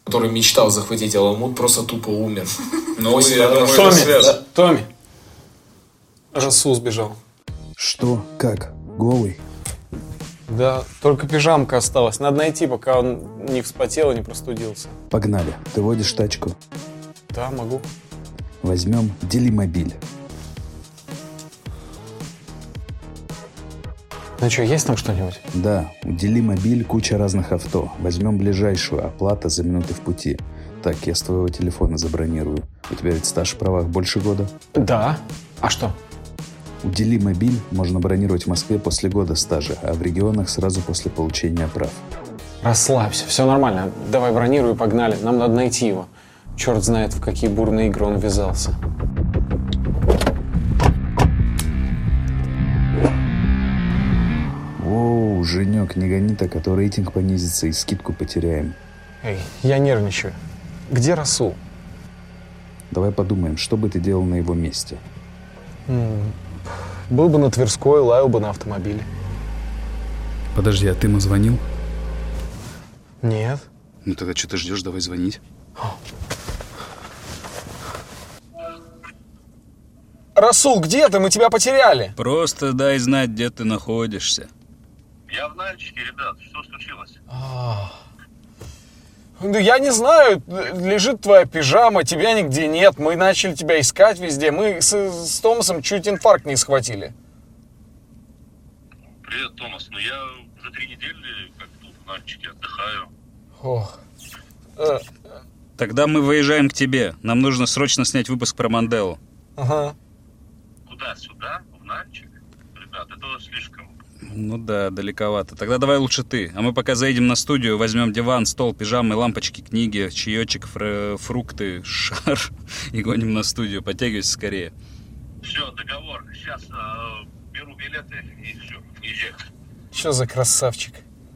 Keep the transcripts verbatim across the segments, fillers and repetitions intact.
который мечтал захватить Аламут, просто тупо умер. Но Томми, Томми. Расул сбежал. Что? Как? Голый? Да, только пижамка осталась. Надо найти, пока он не вспотел и не простудился. Погнали. Ты водишь тачку? Да, могу. Возьмем Делимобиль. Ну что, есть там что-нибудь? Да, у Делимобиль куча разных авто. Возьмем ближайшую, оплата за минуты в пути. Так, я с твоего телефона забронирую. У тебя ведь стаж в правах больше года? Да. А что? У Делимобиль можно бронировать в Москве после года стажа, а в регионах сразу после получения прав. Расслабься, все нормально. Давай бронируй, погнали. Нам надо найти его. Черт знает, в какие бурные игры он ввязался. Оу, Женек, не гони так, а то рейтинг понизится и скидку потеряем. Эй, я нервничаю. Где Расул? Давай подумаем, что бы ты делал на его месте. М-м, был бы на Тверской, лаял бы на автомобиле. Подожди, а ты ему звонил? Нет. Ну тогда что ты ждешь? Давай звонить. Расул, где ты? Мы тебя потеряли. Просто дай знать, где ты находишься. Я в Нальчике, ребят. Что случилось? Ну, я не знаю. Лежит твоя пижама, тебя нигде нет. Мы начали тебя искать везде. Мы с, с Томасом чуть инфаркт не схватили. Привет, Томас. Ну, я уже три недели как тут в Нальчике отдыхаю. Ох. Э, Тогда мы выезжаем к тебе. Нам нужно срочно снять выпуск про Манделу. ага. Куда? Сюда? В Нальчик? Ребят, это слишком. Ну да, далековато. Тогда давай лучше ты. А мы пока заедем на студию, возьмем диван, стол, пижамы, лампочки, книги, чаечек, фр- фрукты, шар и гоним на студию. Подтягивайся скорее. Все, договор. Сейчас э, беру билеты и все. Езжай. Что за красавчик?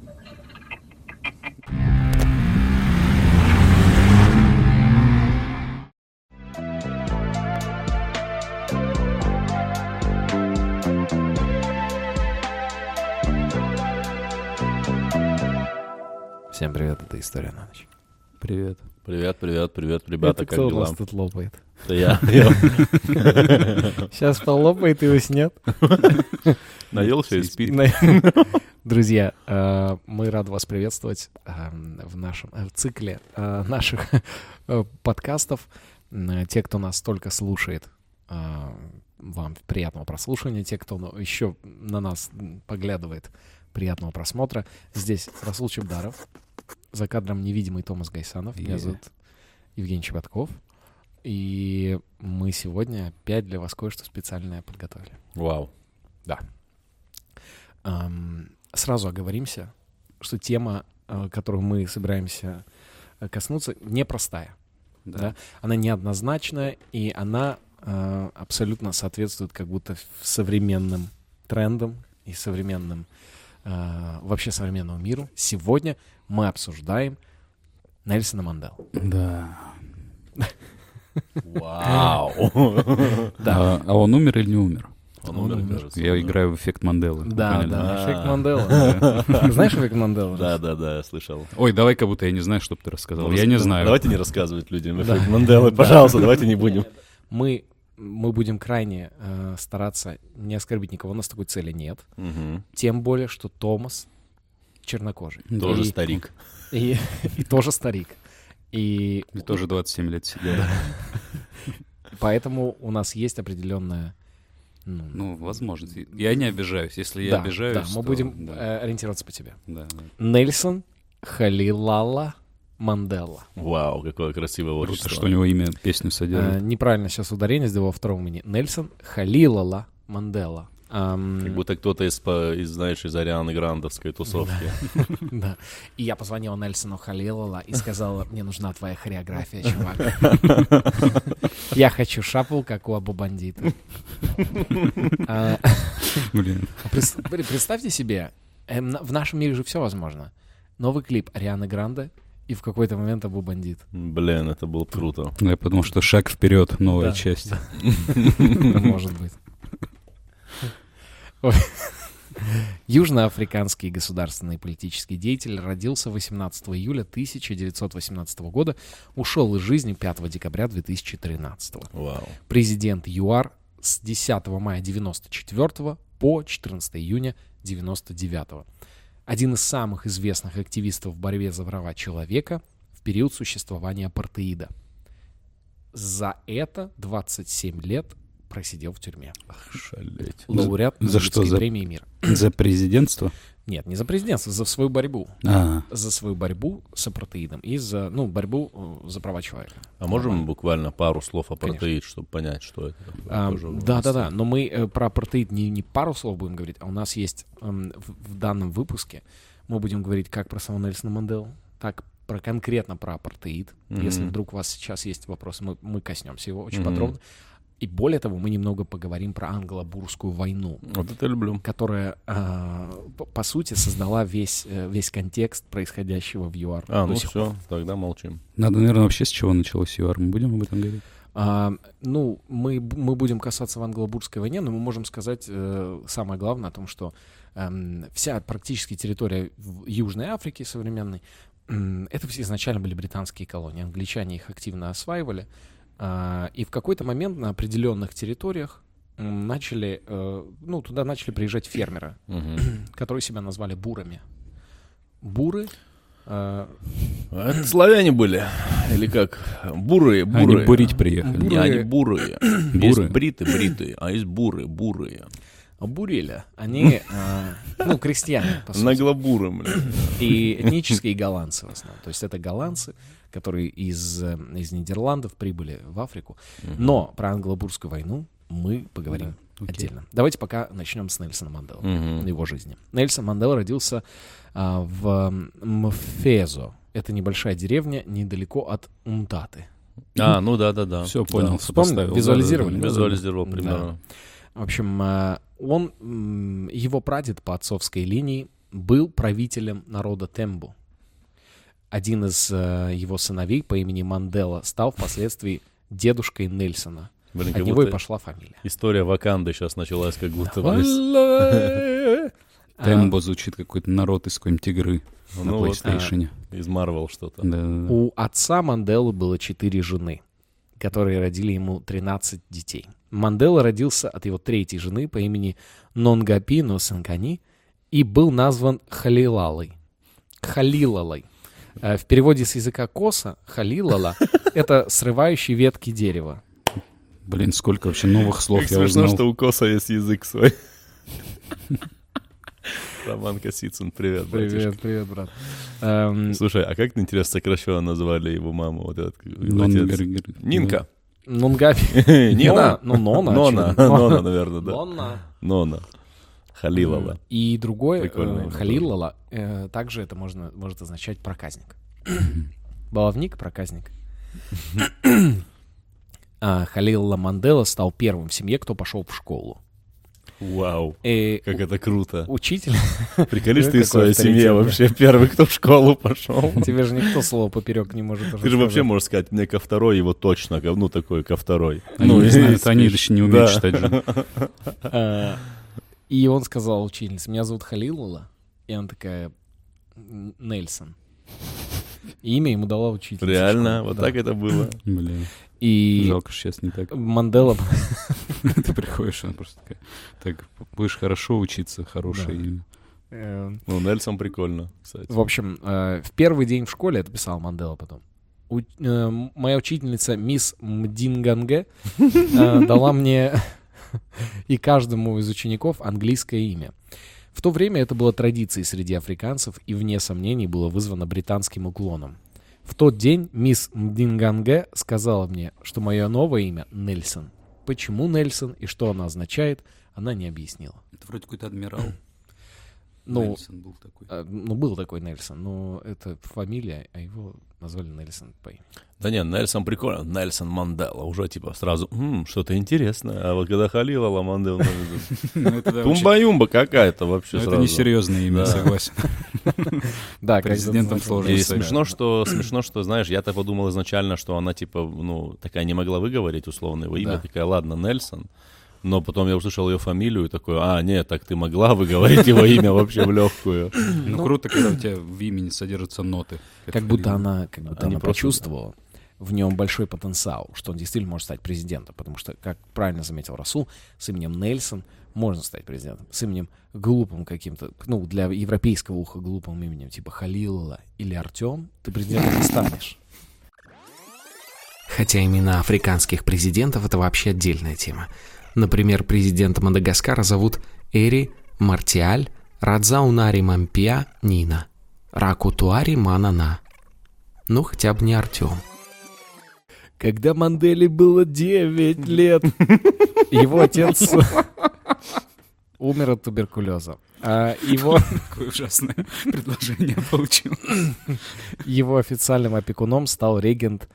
Всем привет, это «История на ночь». Привет. Привет, привет, привет, ребята, Это как кто дела? у нас тут лопает? Это я. Сейчас полопает и уснет. Наелся и спит. Друзья, э, мы рады вас приветствовать э, в нашем э, в цикле э, наших э, подкастов. Э, Те, кто нас только слушает, э, вам приятного прослушивания. Те, кто ну, еще на нас поглядывает, приятного просмотра. Здесь Расул Чебдаров, за кадром невидимый Томас Гайсанов. Меня Yeah. зовут Евгений Чеботков. И мы сегодня опять для вас кое-что специальное подготовили. Вау. Да. Эм, сразу оговоримся, что тема, э, которую мы собираемся э, коснуться, непростая. Да. Да? Она неоднозначная, и она э, абсолютно соответствует как будто современным трендам и современным, э, вообще современному миру. Сегодня мы обсуждаем Нельсона Манделу. Да. Вау. А, а он умер или не умер? Он Он умер, умер. кажется. Я играю в эффект Манделы. Да, Поняли? да, эффект Манделы. Знаешь эффект Манделы? Да, да, да, я слышал. Ой, давай, как будто я не знаю, что бы ты рассказал. Ну, Я рас- не ну, знаю. Давайте не рассказывать людям эффект Манделы, пожалуйста, давайте не будем. Мы, мы будем крайне э, стараться не оскорбить никого, у нас такой цели нет. Мгм. Тем более, что Томас чернокожий. Тоже И- старик. И, и тоже старик. И Мне тоже двадцать семь лет сидел. поэтому у нас есть определенная... Ну, Ну, возможно. Я не обижаюсь. Если я да, обижаюсь, да, мы то- будем да, э, ориентироваться по тебе. да, да. Нельсон Халилала Мандела. Вау, какое красивое Круто, отчество. что у него имя песню Э, содержит. неправильно сейчас ударение сделал во втором имени. Нельсон Халилала Мандела. Ам, Как будто кто-то из, по- из, знаешь, из Арианы Грандовской тусовки. Да. И я позвонил Нельсону Халилала и сказал, мне нужна твоя хореография, чувак. Я хочу шапл, как у Абу Бандита. А, Блин. прес- пр- Представьте себе, эм, на- в нашем мире же все возможно. Новый клип Арианы Гранде и в какой-то момент Абу Бандит. Блин, это было круто. Я подумал, что шаг вперед, новая Да, часть. Может быть. Ой. Южноафриканский государственный политический деятель родился восемнадцатого июля тысяча девятьсот восемнадцатого года, ушел из жизни пятого декабря две тысячи тринадцатого. Вау. Президент ЮАР с десятого мая девяносто четвёртого по четырнадцатого июня девяносто девятого. Один из самых известных активистов в борьбе за права человека в период существования апартеида. За это двадцать семь лет просидел в тюрьме. Шалеть. Лауреат За что? Нобелевской За- премии мира. За президентство? Нет, не за президентство, за свою борьбу. А, За свою борьбу с апартеидом и за, ну, борьбу э, за права человека. А можем Нормально. буквально пару слов о апартеид, чтобы понять, что это такое? А, Тоже да, да, да. вопрос. Но мы э, про апартеид не, не пару слов будем говорить, а у нас есть эм, в, в данном выпуске мы будем говорить как про самого Нельсона Манделу, так про конкретно про апартеид. Мгм. Если вдруг у вас сейчас есть вопросы, мы, мы коснемся его очень Мгм. подробно. И более того, мы немного поговорим про англо-бурскую войну, Вот это люблю. которая, э, по, по сути, создала весь, э, весь контекст происходящего в ЮАР. А, до ну сих все, тогда молчим. надо, наверное, вообще с чего началось ЮАР. Мы будем об этом говорить? А, ну, мы, б- мы будем касаться в англо-бурской войне, но мы можем сказать э, самое главное о том, что эм, вся практически территория в Южной Африки современной, м, это все изначально были британские колонии. Англичане их активно осваивали. А, и в какой-то момент на определенных территориях м, начали, э, ну, туда начали приезжать фермеры, Мгм. которые себя назвали бурами. Буры... э, А это славяне были? Или как? Бурые, бурые. Они бурить приехали. Буры. Не, они бурые. Буры. Есть бриты, бритые, а есть буры, бурые. бурили. Они, э, ну, крестьяне, по сути. Наглобуры, блин. И этнические голландцы в основном. То есть это голландцы, которые из, э, из Нидерландов прибыли в Африку. Но про англо-бурскую войну мы поговорим Да, окей. отдельно. Давайте пока начнем с Нельсона Манделы, Мгм. его жизни. Нельсон Мандела родился а, в Мфезо. Это небольшая деревня недалеко от Умтаты. А, ну да-да-да. Все, понял, Да. сопоставил. Вспомнил? Визуализировали? Да-да-да. Визуализировал Да. примерно. В общем, э, он, м, его прадед по отцовской линии был правителем народа Тембу. Один из э, его сыновей по имени Мандела стал впоследствии дедушкой Нельсона. Блин, От как него и будто пошла фамилия. история Ваканды сейчас началась, как будто бы. А, Тембо звучит какой-то народ из какой-нибудь игры на Ну вот, PlayStation. из Марвел что-то. Да-да-да. У отца Манделы было четыре жены, которые родили ему тринадцать детей. Мандела родился от его третьей жены по имени Нонгапи Носанкани и был назван Халилалой. Халилалой. Э, В переводе с языка коса Халилала — это срывающий ветки дерева. Блин, сколько вообще новых слов Как я смешно, узнал. что у Коса есть язык свой. Роман Косицын, привет, братишка. привет, брат. Эм, Слушай, а как, интересно, сокращенно назвали его маму? Вот этот Нон- отец? гер- Нинка. Нонгапи. Нина? Ну, Нона. Нона, очевидно. Нона, наверное, да. Нона. Нона. Халилова. И другое, Прикольное э, имя Халилала, э, также это можно, может означать проказник. Баловник, проказник. А, Халилла Мандела стал первым в семье, кто пошел в школу. Вау, И как это круто. учитель... Приколись, Ну, ты в какой своей авторитет, семье да. вообще первый, кто в школу пошел. Тебе же никто слово поперек не может Ты же вообще можешь сказать, мне ко второй его точно, ко- ну, такой ко второй. Они Ну, не и знают, они спишь. еще не умеют Да. читать же. А, И он сказал учительнице: меня зовут Халилла. И она такая: «Н- Нельсон. И имя ему дала учительница. Реально, школы, вот да. так это было. Блин, И жалко, что сейчас не так. Мандела... Ты приходишь, она просто такая, так, будешь хорошо учиться, хорошее Да. имя. э, Ну, Нельсон прикольно, кстати. В общем, э, в первый день в школе, это писал Мандела потом, у- э, моя учительница мисс Мдинганге э, дала мне и каждому из учеников английское имя. В то время это было традицией среди африканцев и, вне сомнений, было вызвано британским уклоном. В тот день мисс Мдинганге сказала мне, что мое новое имя — Нельсон. Почему Нельсон и что оно означает, она не объяснила. Это вроде какой-то адмирал. Ну, Нельсон был такой. А, Ну, был такой Нельсон, но это фамилия, а его назвали Нельсон по имени. Да не, Нельсон прикольно. Нельсон Мандела. Уже типа сразу, «М, что-то интересное. А вот когда Халилала Мандела, Ну, это да, очень- тумба-юмба какая-то вообще ну, это сразу. несерьезное имя, Да. согласен. Да, Президентом кажется, сложно И стать. смешно, что, смешно, что, знаешь, я-то подумал изначально, что она, типа, ну, такая не могла выговорить условно его имя, Да. такая, ладно, Нельсон. Но потом я услышал ее фамилию и такой, а, нет, так ты могла выговорить его имя вообще в легкую. Ну, круто, когда у тебя в имени содержатся ноты. Как будто она, как будто Они она просто, почувствовала в нем большой потенциал, что он действительно может стать президентом. Потому что, как правильно заметил Расул, с именем Нельсон можно стать президентом. С именем глупым каким-то, ну, для европейского уха глупым именем, типа Халилова или Артем, ты президентом не станешь. Хотя имена африканских президентов — это вообще отдельная тема. Например, президента Мадагаскара зовут Эри Мартиаль Радзаунари Мампиа Нина Ракутуари Манана. Ну, хотя бы не Артем. Когда Манделе было девять лет, его отец умер от туберкулеза. А его... Какое ужасное предложение получил. Его официальным опекуном стал регент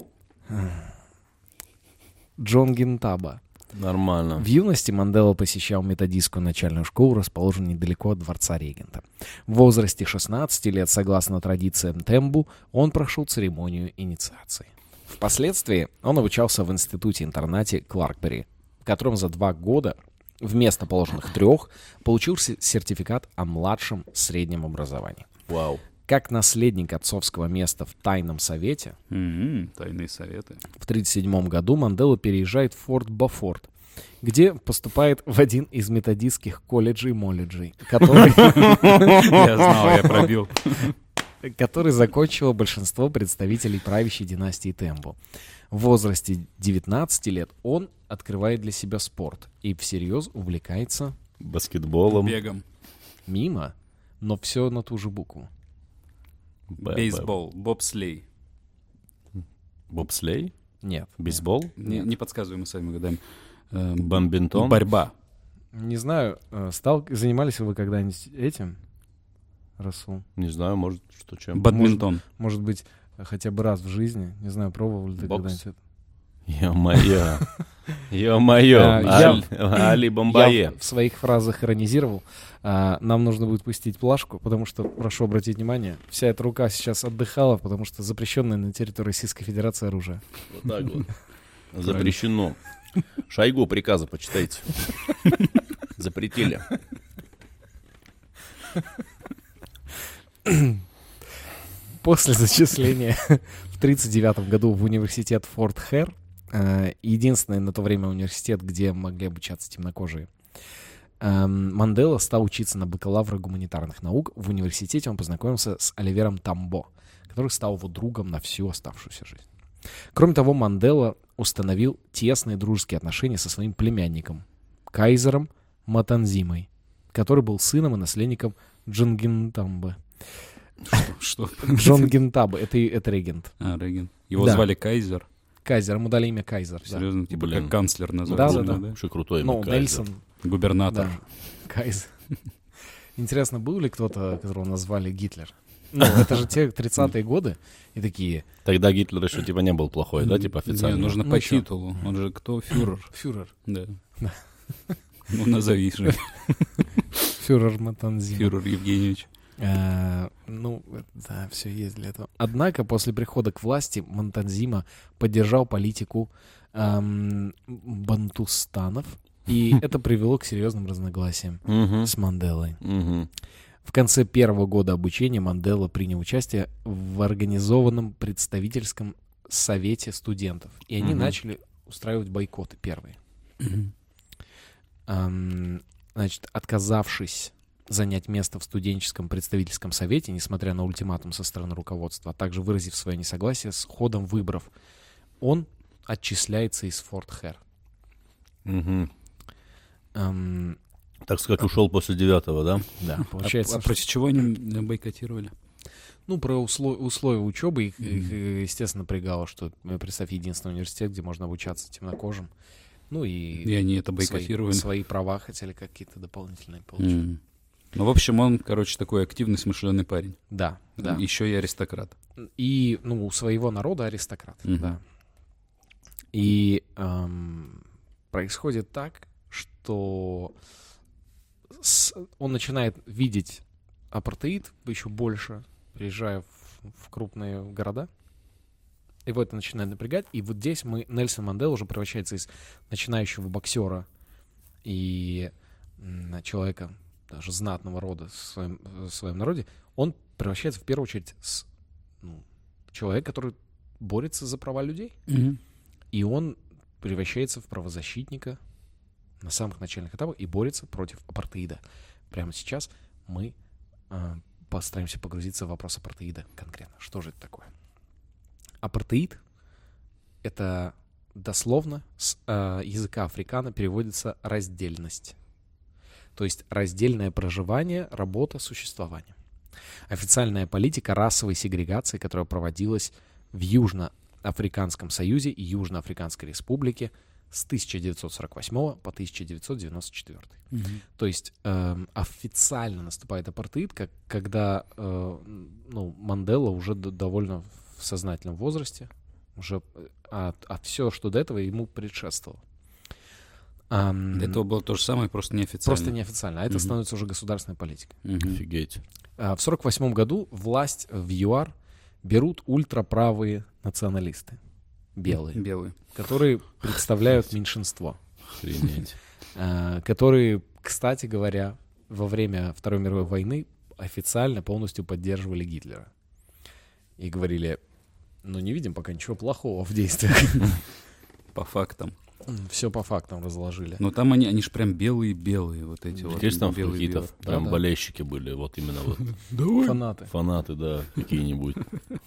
Джон Гинтаба. Нормально. В юности Мандела посещал методистскую начальную школу, расположенную недалеко от дворца регента. В возрасте шестнадцати лет, согласно традициям Тембу, он прошел церемонию инициации. Впоследствии он обучался в институте-интернате Кларкбери, в котором за два года вместо положенных трех получил сертификат о младшем среднем образовании. Вау. Как наследник отцовского места в тайном совете, М-м, тайные советы. в тысяча девятьсот тридцать седьмом году Мандела переезжает в Форт Бофорт, где поступает в один из методистских колледжей-молледжей, который, Я знал, я пробил. который закончило большинство представителей правящей династии Тембу. В возрасте девятнадцати лет он открывает для себя спорт и всерьез увлекается Баскетболом. Бегом. мимо, но все на ту же букву. Б- Бейсбол. Бобслей. б- Бобслей? Нет. Бейсбол? Не, не подсказывай, мы сами угадаем. Эм, Бамбинтон? Борьба. Не знаю, э, стал, занимались ли вы когда-нибудь этим, Расул? Не знаю, может, что чем. Бадминтон. Может быть, хотя бы раз в жизни. Не знаю, пробовал ли ты Бокс? когда-нибудь это? Ё-моё. Ё-моё. А, я- Али- Али Бомбае. Я в своих фразах иронизировал. А, нам нужно будет пустить плашку, потому что, прошу обратить внимание, вся эта рука сейчас отдыхала, потому что запрещенное на территории Российской Федерации оружие. Вот так вот. Запрещено. Шойгу приказы почитайте. Запретили. После зачисления в тридцать девятом году в университет Форт Хэр, э, единственный на то время университет, где могли обучаться темнокожие, эм, Мандела стал учиться на бакалавра гуманитарных наук. В университете он познакомился с Оливером Тамбо, который стал его другом на всю оставшуюся жизнь. Кроме того, Мандела установил тесные дружеские отношения со своим племянником, Кайзером Матанзимой, который был сыном и наследником Джонгинтамбы. Что? Джон Гинтаба, это, это регент. А, Реген. Его Да. звали Кайзер. Кайзер, ему дали имя Кайзер. да. Серьезно, типа Блин. как канцлер Да, называется. да, да. Вообще крутой Ну, Макайзер. Нельсон, Губернатор. да, Кайзер. Интересно, был ли кто-то, которого назвали Гитлер? Ну, это же те тридцатые годы, и такие, Тогда Гитлер еще типа не был плохой, да, типа Не, официально? нужно Ну, по чё? титулу. Он же кто? Фюрер. фюрер, Да. Да. Ну, назови же. фюрер Матанзима. Фюрер Евгеньевич. Э, Ну, да, все есть для этого. Однако после прихода к власти Матанзима поддержал политику эм, бантустанов, и это привело к серьезным разногласиям Мгм. с Манделой. Мгм. В конце первого года обучения Мандела принял участие в организованном представительском совете студентов, и они Мгм. начали устраивать бойкоты первые. Ам, Значит, отказавшись занять место в студенческом представительском совете, несмотря на ультиматум со стороны руководства, а также выразив свое несогласие с ходом выборов, он отчисляется из Форт Хэр. Мгм. Ам, Так сказать, ушел после девятого, да? Да, А, получается, а против чего они бойкотировали? ну, про усло- условия учебы их, их, э, естественно, напрягало, что, э, представь, единственный университет, где можно обучаться темнокожим. Ну и, И они это свои, бойкотировали. свои права хотели какие-то дополнительные получить. М. Ну, в общем, он, короче, такой активный, смышленый парень. Да, да. Еще и аристократ. И, ну, у своего народа аристократ, Мгм. да. И эм, происходит так, что с- он начинает видеть апартеид еще больше, приезжая в, в крупные города. Его это начинает напрягать. И вот здесь мы, Нельсон Мандела уже превращается из начинающего боксера и м, человека, даже знатного рода в своем, в своем народе, он превращается в первую очередь с, ну, человек, который борется за права людей. Мгм. И он превращается в правозащитника на самых начальных этапах и борется против апартеида. Прямо сейчас мы э, постараемся погрузиться в вопрос апартеида конкретно. Что же это такое? Апартеид — это дословно с э, языка африкано переводится «раздельность». То есть раздельное проживание, работа, существование. Официальная политика расовой сегрегации, которая проводилась в Южноафриканском Союзе и Южноафриканской Республике с тысяча девятьсот сорок восьмого по тысяча девятьсот девяносто четвёртый. Мгм. То есть эм, официально наступает апартеид, как, когда э, ну, Мандела уже д- довольно в сознательном возрасте, уже э, от, от всего, что до этого ему предшествовало. Ам, До этого было то же самое, просто неофициально. Просто неофициально, а это Мгм. становится уже государственной политикой. Мгм. Офигеть. А В сорок восьмом году власть в ЮАР берут ультраправые националисты, белые, Белые. которые представляют меньшинство, Охренеть. а, которые, кстати говоря, во время Второй мировой войны официально полностью поддерживали Гитлера. И говорили, ну не видим пока ничего плохого в действиях. По фактам. Все по фактам разложили. Но там они, они же прям белые-белые, вот эти вот. Есть там белые какие-то белые. прям Да-да. болельщики были, вот именно вот Фанаты. фанаты, да, какие-нибудь.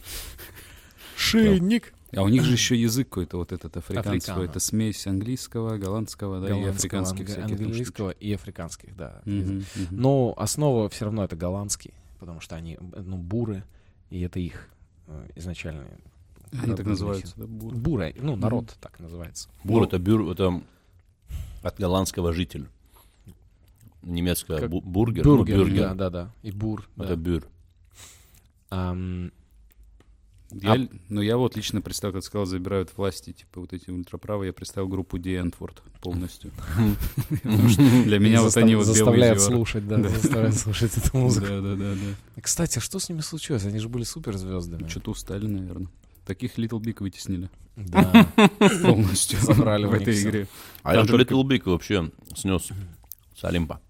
Шинник. А у них же еще язык какой-то вот этот африканский. Африкано. Это смесь английского, голландского, да, и Голландского, африканских анг- всяких. там английского и африканских, да. штучек. Мгм, мгм. Но основа все равно это голландский, потому что они, ну, буры, и это их э, изначальные. Они так называются, да, буры. Буры, ну, народ так называется. Бур это бюр, это от голландского житель. Немецкое Как бу- бургер, ну, Бюргер, бюргер. да, да, да. И бур. Это Да. бюр. Ам, Я, А- л- ну, я вот лично представил, как ты сказал, забирают власти, типа, вот эти ультраправые, я представил группу Ди Энтворд полностью. Потому что для меня вот застав- они вот белые заставляют зёры. слушать, да, заставляют слушать эту музыку. Да, да, да, да. Кстати, что с ними случилось? Они же были суперзвездами. Что-то устали, наверное. Таких Little Big вытеснили Да. полностью Забрали у в них этой всё. игре. А Там я же только- Little Big вообще снес с Олимпа.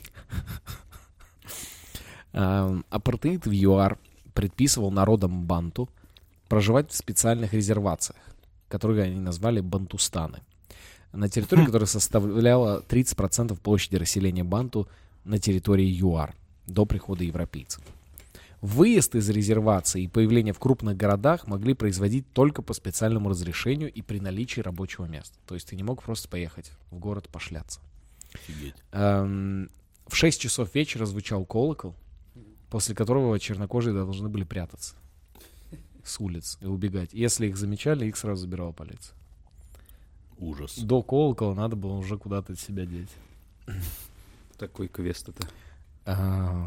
Ам, Апартеид в ЮАР предписывал народам банту проживать в специальных резервациях, которые они назвали бантустаны, на территории, которая составляла тридцать процентов площади расселения банту на территории ЮАР до прихода европейцев. Выезд из резервации и появление в крупных городах могли производить только по специальному разрешению и при наличии рабочего места. То есть ты не мог просто поехать в город пошляться. Офигеть. Эм, В шесть часов вечера звучал колокол, после которого чернокожие должны были прятаться с улиц и убегать. Если их замечали, их сразу забирала полиция. Ужас. До колокола надо было уже куда-то себя деть. Такой квест это. А,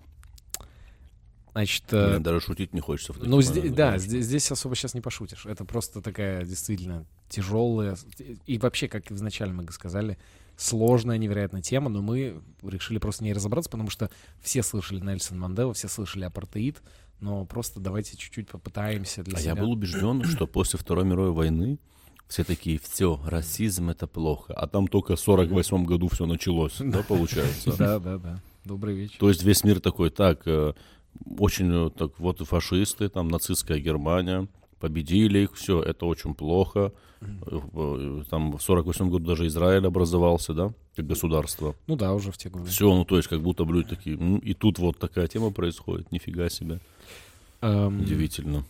Значит, Мне э, даже шутить не хочется. в таких ну здесь, моментах, да, конечно. здесь, здесь особо сейчас не пошутишь. Это просто такая действительно тяжелая и вообще, как изначально мы сказали, сложная невероятная тема, но мы решили просто в ней разобраться, потому что все слышали Нельсон Манделу, все слышали апартеид, но просто давайте чуть-чуть попытаемся для А себя. я был убежден, что после Второй мировой войны все такие, все, расизм это плохо. А там только в сорок восьмом году все началось, да, получается? Да, да, да. Добрый вечер. То есть весь мир такой, так, э, очень, э, так, вот и фашисты, там, нацистская Германия, победили их, все, это очень плохо. Э, э, Там в сорок восьмом году даже Израиль образовался, да, как государство. Ну да, уже в те годы. Все, ну то есть как будто бы люди такие, «М, и тут вот такая тема происходит, нифига себе, Эм, удивительно.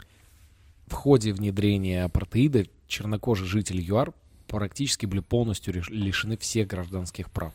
В ходе внедрения апартеида чернокожие жители ЮАР практически были полностью реш- лишены всех гражданских прав.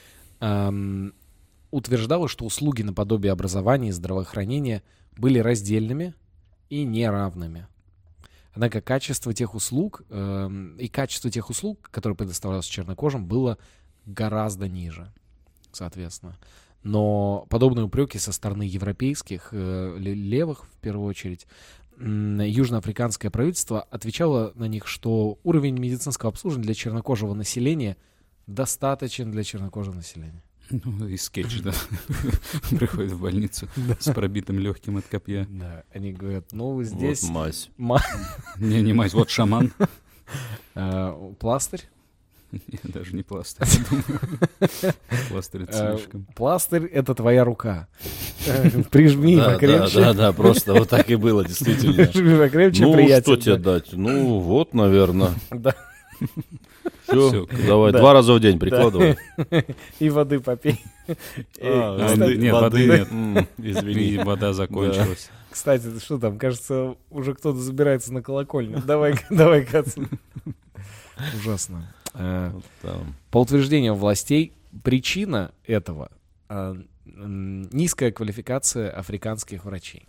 Эм, утверждалось, что услуги наподобие образования и здравоохранения были раздельными и неравными. Однако качество тех услуг эм, и качество тех услуг, которые предоставлялось чернокожим, было гораздо ниже, соответственно. Но подобные упреки со стороны европейских э, ле- левых, в первую очередь, м, южноафриканское правительство отвечало на них, что уровень медицинского обслуживания для чернокожего населения достаточен для чернокожего населения. Ну, и скетч, да. Приходит в больницу с пробитым легким от копья. Да, они говорят, ну здесь Вот мазь. ма- Не, не мать, вот шаман. э, пластырь, Нет, даже не пластырь, я думаю. Пластырь это слишком. Пластырь — это твоя рука. Прижми Да, да, покрепче. да, да, просто вот так и было, действительно. Прижми покрепче, Ну, приятель. что тебе дать? Ну, вот, наверное. Да. Все, давай, Да. два раза в день прикладывай. И воды попей. А, И, воды- кстати, нет, воды воды нет. М, И Извини. вода закончилась. Кстати, что там? Кажется, уже кто-то забирается на колокольню. Давай, давай, Кацин. Ужасно. Э, Вот там. По утверждениям властей, причина этого э, м, низкая квалификация африканских врачей.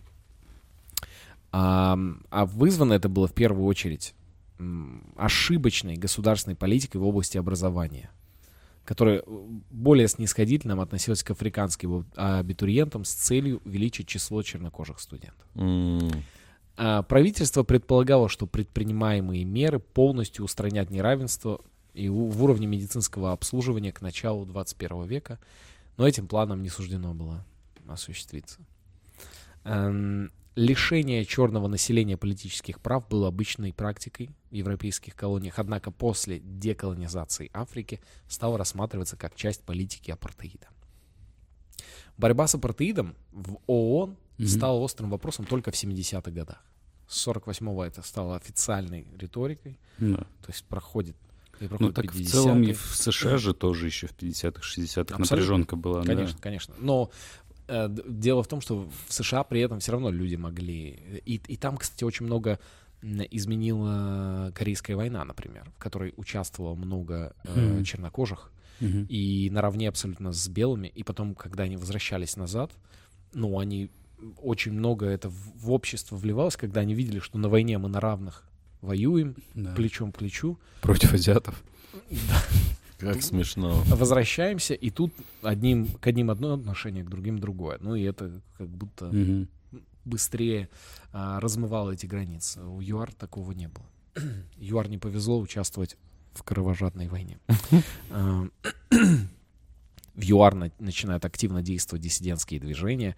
А, а вызвано это было в первую очередь м, ошибочной государственной политикой в области образования, которая более снисходительно относилась к африканским абитуриентам с целью увеличить число чернокожих студентов. М, А правительство предполагало, что предпринимаемые меры полностью устранят неравенство и у- в уровне медицинского обслуживания к началу двадцать первого века, но этим планом не суждено было осуществиться. Эм, Лишение черного населения политических прав было обычной практикой в европейских колониях, однако после деколонизации Африки стало рассматриваться как часть политики апартеида. Борьба с апартеидом в ООН Мгм. стала острым вопросом только в семидесятых годах. С сорок восьмого это стало официальной риторикой, Да. то есть проходит, и Ну проходит так в целом и пятидесятые. в США же тоже еще в пятидесятых, шестидесятых Абсолютно. напряженка была. да. Конечно, конечно. Но э, д- дело в том, что в США при этом все равно люди могли... И, и там, кстати, очень много м, изменила Корейская война, например, в которой участвовало много э, Мгм. чернокожих, Мгм. и наравне абсолютно с белыми. И потом, когда они возвращались назад, ну, они... Очень много это в, в общество вливалось, когда они видели, что на войне мы на равных воюем, Да. плечом к плечу. Против азиатов. Как смешно. Возвращаемся, и тут одним, к одним одно отношение, к другим другое. Ну, и это как будто Мгм. быстрее а, размывало эти границы. У ЮАР такого не было. ЮАР не повезло участвовать в кровожадной войне. А, В ЮАР на- начинают активно действовать диссидентские движения,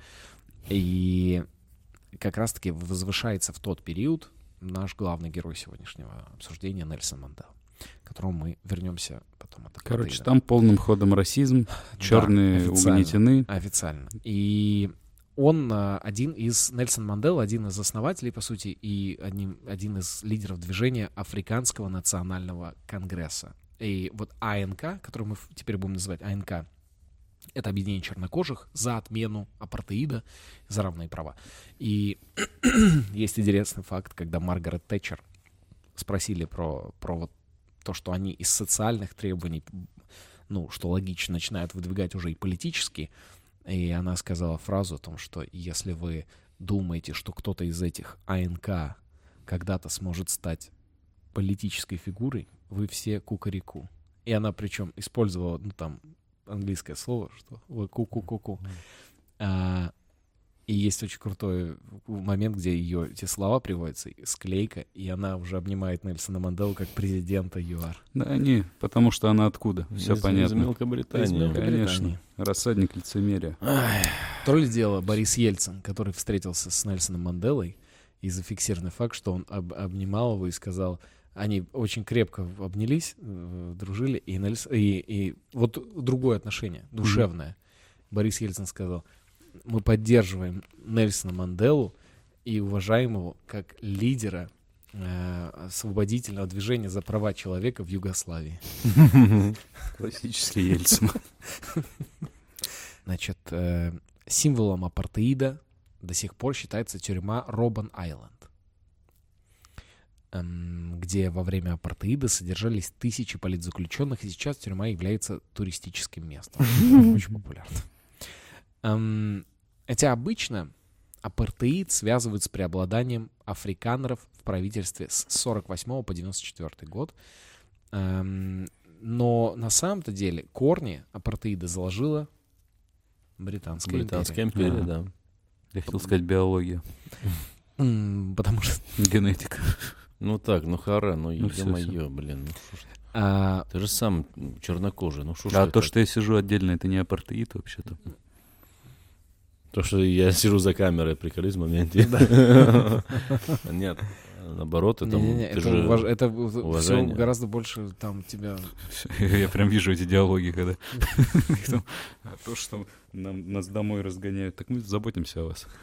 и как раз-таки возвышается в тот период наш главный герой сегодняшнего обсуждения Нельсон Мандела, к которому мы вернемся потом. От Короче, апартеида. там полным ходом расизм, черные официально. угнетены. Официально. И он а, один из, Нельсон Мандела, один из основателей, по сути, и одним, один из лидеров движения Африканского национального конгресса. И вот АНК, который мы ф- теперь будем называть АНК, это объединение чернокожих за отмену апартеида, за равные права. И есть интересный факт, когда Маргарет Тэтчер спросили про, про вот то, что они из социальных требований, ну, что логично, начинают выдвигать уже и политические, и она сказала фразу о том, что если вы думаете, что кто-то из этих АНК когда-то сможет стать политической фигурой, вы все кукареку. И она причем использовала, ну, там, английское слово, что вы ку-ку-ку-ку. А, и есть очень крутой момент, где ее эти слова приводятся, склейка, и она уже обнимает Нельсона Манделу как президента ЮАР. Да, они, потому что она откуда? Все Из- Из понятно. Мелкобритании. Из Мелкобритании. Конечно. Рассадник лицемерия. То ли дело Борис Ельцин, который встретился с Нельсоном Манделой, и зафиксированный факт, что он об- обнимал его и сказал, они очень крепко обнялись, э, дружили, и, Нельс- и, и вот другое отношение, душевное. Борис Ельцин сказал, мы поддерживаем Нельсона Манделу и уважаем его как лидера э, освободительного движения за права человека в Югославии. Классический Ельцин. Значит, э, символом апартеида до сих пор считается тюрьма Робben-Айленд, эм, где во время апартеида содержались тысячи политзаключенных, и сейчас тюрьма является туристическим местом. Очень популярно. Эм, Хотя обычно апартеид связывают с преобладанием африканеров в правительстве с сорок восьмого по девяносто четвёртый год. Эм, Но на самом-то деле корни апартеида заложила Британская Британская империя. империя, Ага. да. Я хотел сказать биология, М, Потому что генетика. Ну так, ну хара, ну, Ну, всё, ё-моё, блин. Ну, шо ж ты? а, Ты же сам м, чернокожий, ну что ж А ты то, так? что я сижу отдельно, это не апартеид вообще-то. То, что я сижу за камерой, приколись в моменте. Нет. Наоборот, это, Не-не-не, ты это, же уваж- это все уважение. гораздо больше там тебя... Я прям вижу эти диалоги, когда там, а то, что нам, нас домой разгоняют, так мы заботимся о вас.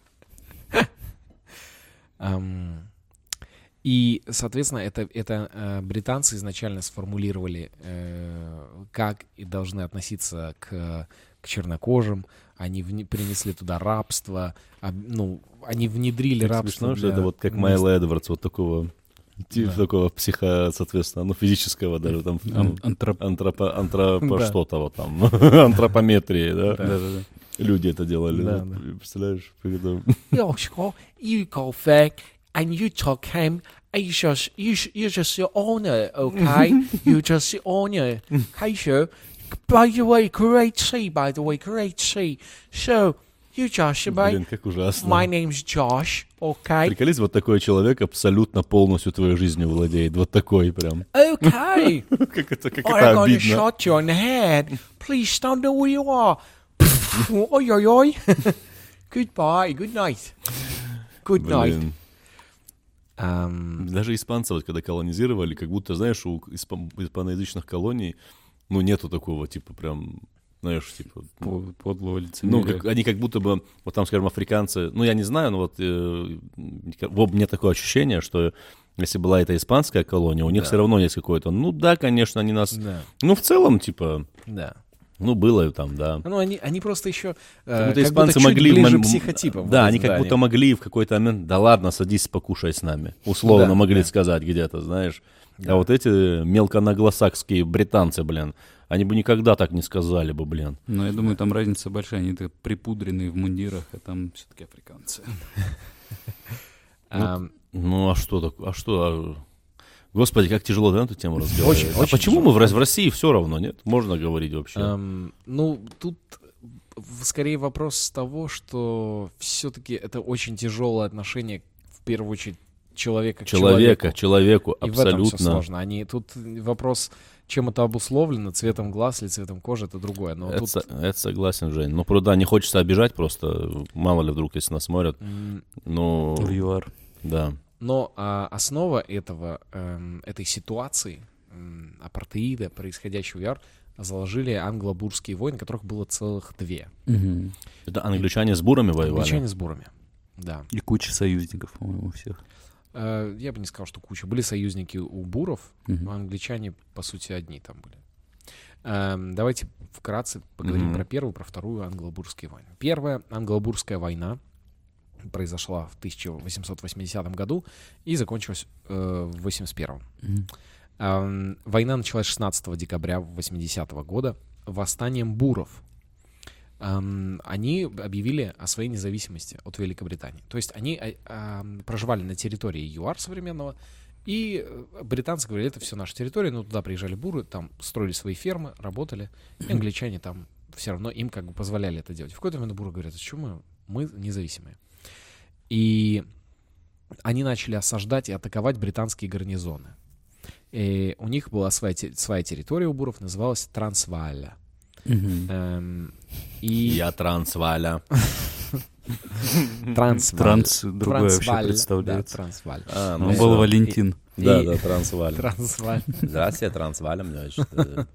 Ам, И, соответственно, это, это э, британцы изначально сформулировали, э, как и должны относиться к, к чернокожим. Они вне- принесли туда рабство. а, ну, они внедрили Так рабство. смешно, что для это вот как мест- Майл Эдвардс, вот такого, типа Да. такого психо, соответственно, ну, физического даже там, ну, Ан- антроп- антропо, антропо Да. что-то вот там, антропометрии, да? Да-да-да. Люди это делали, Да, да? да. Представляешь, когда... You go, you go back, and you talk him. You just, you, you just your honor, okay? You just your honor, okay, sir? By the way, great see, by the way, great see. So, you Josh, Блин, mate. как ужасно. My name's Josh, okay? Приколись, вот такой человек абсолютно полностью твоей жизнью владеет. Вот такой прям. Okay. Как это, как I'm это gonna обидно. shot you on the head. Please stand there where you are. Oi, oi, oi. Goodbye, good night. Good night. Блин. Ам, Даже испанцы, вот когда колонизировали, как будто, знаешь, у испан- испаноязычных колоний, ну, нету такого, типа, прям, знаешь, типа... По- Подлого Ну, лицемерия. как, они как будто бы, вот там, скажем, африканцы, ну, я не знаю, но вот э, вот у меня такое ощущение, что если была эта испанская колония, у них все равно есть какое-то, ну, да, конечно, они нас, да, ну, в целом, типа, да. ну, было там, да. Ну, они, они просто еще Как э, будто как испанцы будто чуть могли... в ближе мом- психотипом. Да, вот они эти, как да, будто могли в какой-то момент, да ладно, садись, покушай с нами. Условно Да, могли да. сказать где-то, знаешь. Да. А вот эти мелконаглосакские британцы, блин, они бы никогда так не сказали бы, блин. Но я думаю, там разница большая. Они-то припудренные в мундирах, а там все-таки африканцы. Ам, Ну, а что такое? А что? а- Господи, как тяжело, да, на эту тему разговаривать. Очень, а очень почему тяжело. мы в, Рос- в России все равно, нет? Можно говорить вообще. ам, ну, тут в- скорее вопрос того, что все-таки это очень тяжелое отношение, в первую очередь, человека к человека, человеку. человеку, И в этом все абсолютно. сложно. Они, тут вопрос, чем это обусловлено, цветом глаз или цветом кожи, это другое. Но Это, тут... со- это согласен, Жень. Ну, правда, не хочется обижать просто, мало ли вдруг, если нас смотрят. м, Ну, В ЮАР. да. Но а, основа этого, эм, этой ситуации, м, апартеида, происходящего в ЮАР, заложили англо-бурские войны, которых было целых две. Это англичане с бурами воевали? Англичане с бурами, да. И куча союзников, по-моему, у всех. Э, Я бы не сказал, что куча. Были союзники у буров, Мгм. но англичане, по сути, одни там были. Эм, Давайте вкратце поговорим Мгм. про первую, про вторую англо-бурские войны. Первая англо-бурская война произошла в тысяча восемьсот восьмидесятом году и закончилась э, в восемьдесят первом. Мгм. Эм, Война началась шестнадцатого декабря восьмидесятого года восстанием буров. Эм, Они объявили о своей независимости от Великобритании. То есть они э, эм, проживали на территории ЮАР современного, и э, британцы говорили, это все наша территория, но туда приезжали буры, там строили свои фермы, работали, и англичане там все равно им как бы позволяли это делать. В какой-то момент буры говорят, а что мы, мы независимые. И они начали осаждать и атаковать британские гарнизоны. И у них была своя, те- своя территория у буров, называлась Трансвааля. Эм, и Я Трансваля. Трансваль. Транс другое вообще Трансваль, представляется. Да, Трансваль. А, Ну, ну, был всё. Валентин. Да, И- да, Трансваля. Трансваль. Здравствуйте, Трансваля, мне очень, э,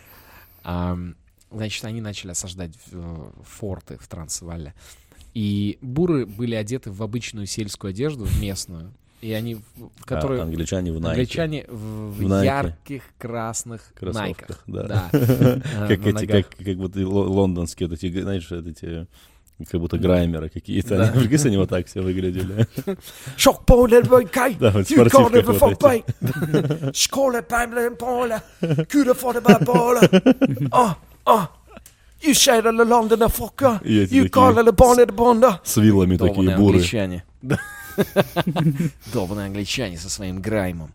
Ам, Значит, они начали осаждать э, форты в Трансвале. И буры были одеты в обычную сельскую одежду, местную. И они, в- в а, которые... англичане в Найке. Англичане в, в В Найке. ярких красных Кроссовках, найках. да. Э, Как на эти, ногах. как, как вот и ло- лондонские, вот эти, знаешь, вот эти, как будто граймеры какие-то. Они, прикинь, они вот так все выглядели. Shock baller, okay? Да, вот в You call it спортивках for вот bait. Skål it, bamler, baller. Good for the bad baller. Oh, oh. You say the London fucker. И эти You call такие it the bonnet bonda. с вилами такие Долбаные буры. англичане. Долбаные англичане со своим граймом.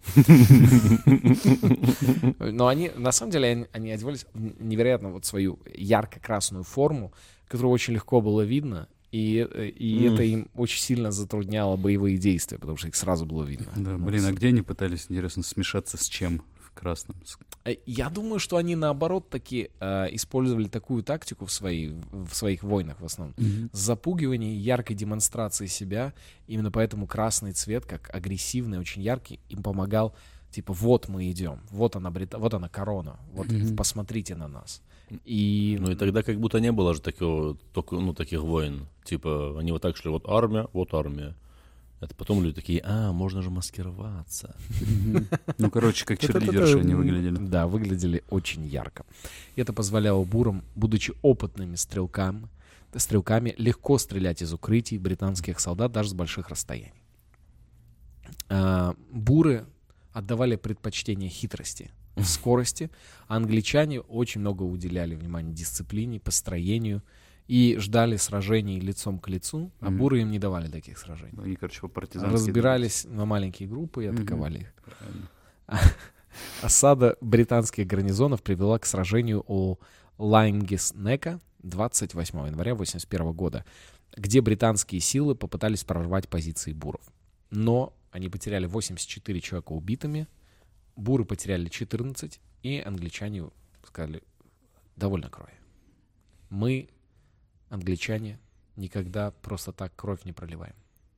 Но они, на самом деле, они, они одевались в невероятно вот свою ярко-красную форму, которую очень легко было видно. И, и М. это им очень сильно затрудняло боевые действия, потому что их сразу было видно. Да, Ну, блин, а где они пытались, интересно, смешаться с чем в красном? С- Э, Я думаю, что они наоборот таки э, использовали такую тактику в, своей, в своих войнах в основном. Запугивание и яркой демонстрации себя. Именно поэтому красный цвет, как агрессивный, очень яркий, им помогал. Типа, вот мы идем, вот она, Брита... вот она корона, вот Мгм. посмотрите на нас. И Ну и тогда как будто не было же такого, только, ну, таких войн. Типа, они вот так шли, вот армия, вот армия. Это потом люди такие, а, можно же маскироваться. Ну, короче, как черлидерши они выглядели. Да, выглядели очень ярко. И это позволяло бурам, будучи опытными стрелками, стрелками, легко стрелять из укрытий британских солдат даже с больших расстояний. А, буры отдавали предпочтение хитрости, скорости, а англичане очень много уделяли внимания дисциплине, построению и ждали сражений лицом к лицу, а Мгм. буры им не давали таких сражений. Они, короче, по партизански Разбирались на маленькие группы и Мгм. атаковали их. Правильно. Осада британских гарнизонов привела к сражению у Лайнгис-Нека двадцать восьмого января восемьдесят первого года, где британские силы попытались прорвать позиции буров. Но они потеряли восемьдесят четыре человека убитыми, буры потеряли четырнадцать, и англичане сказали, довольно крови. Мы, англичане, никогда просто так кровь не проливаем.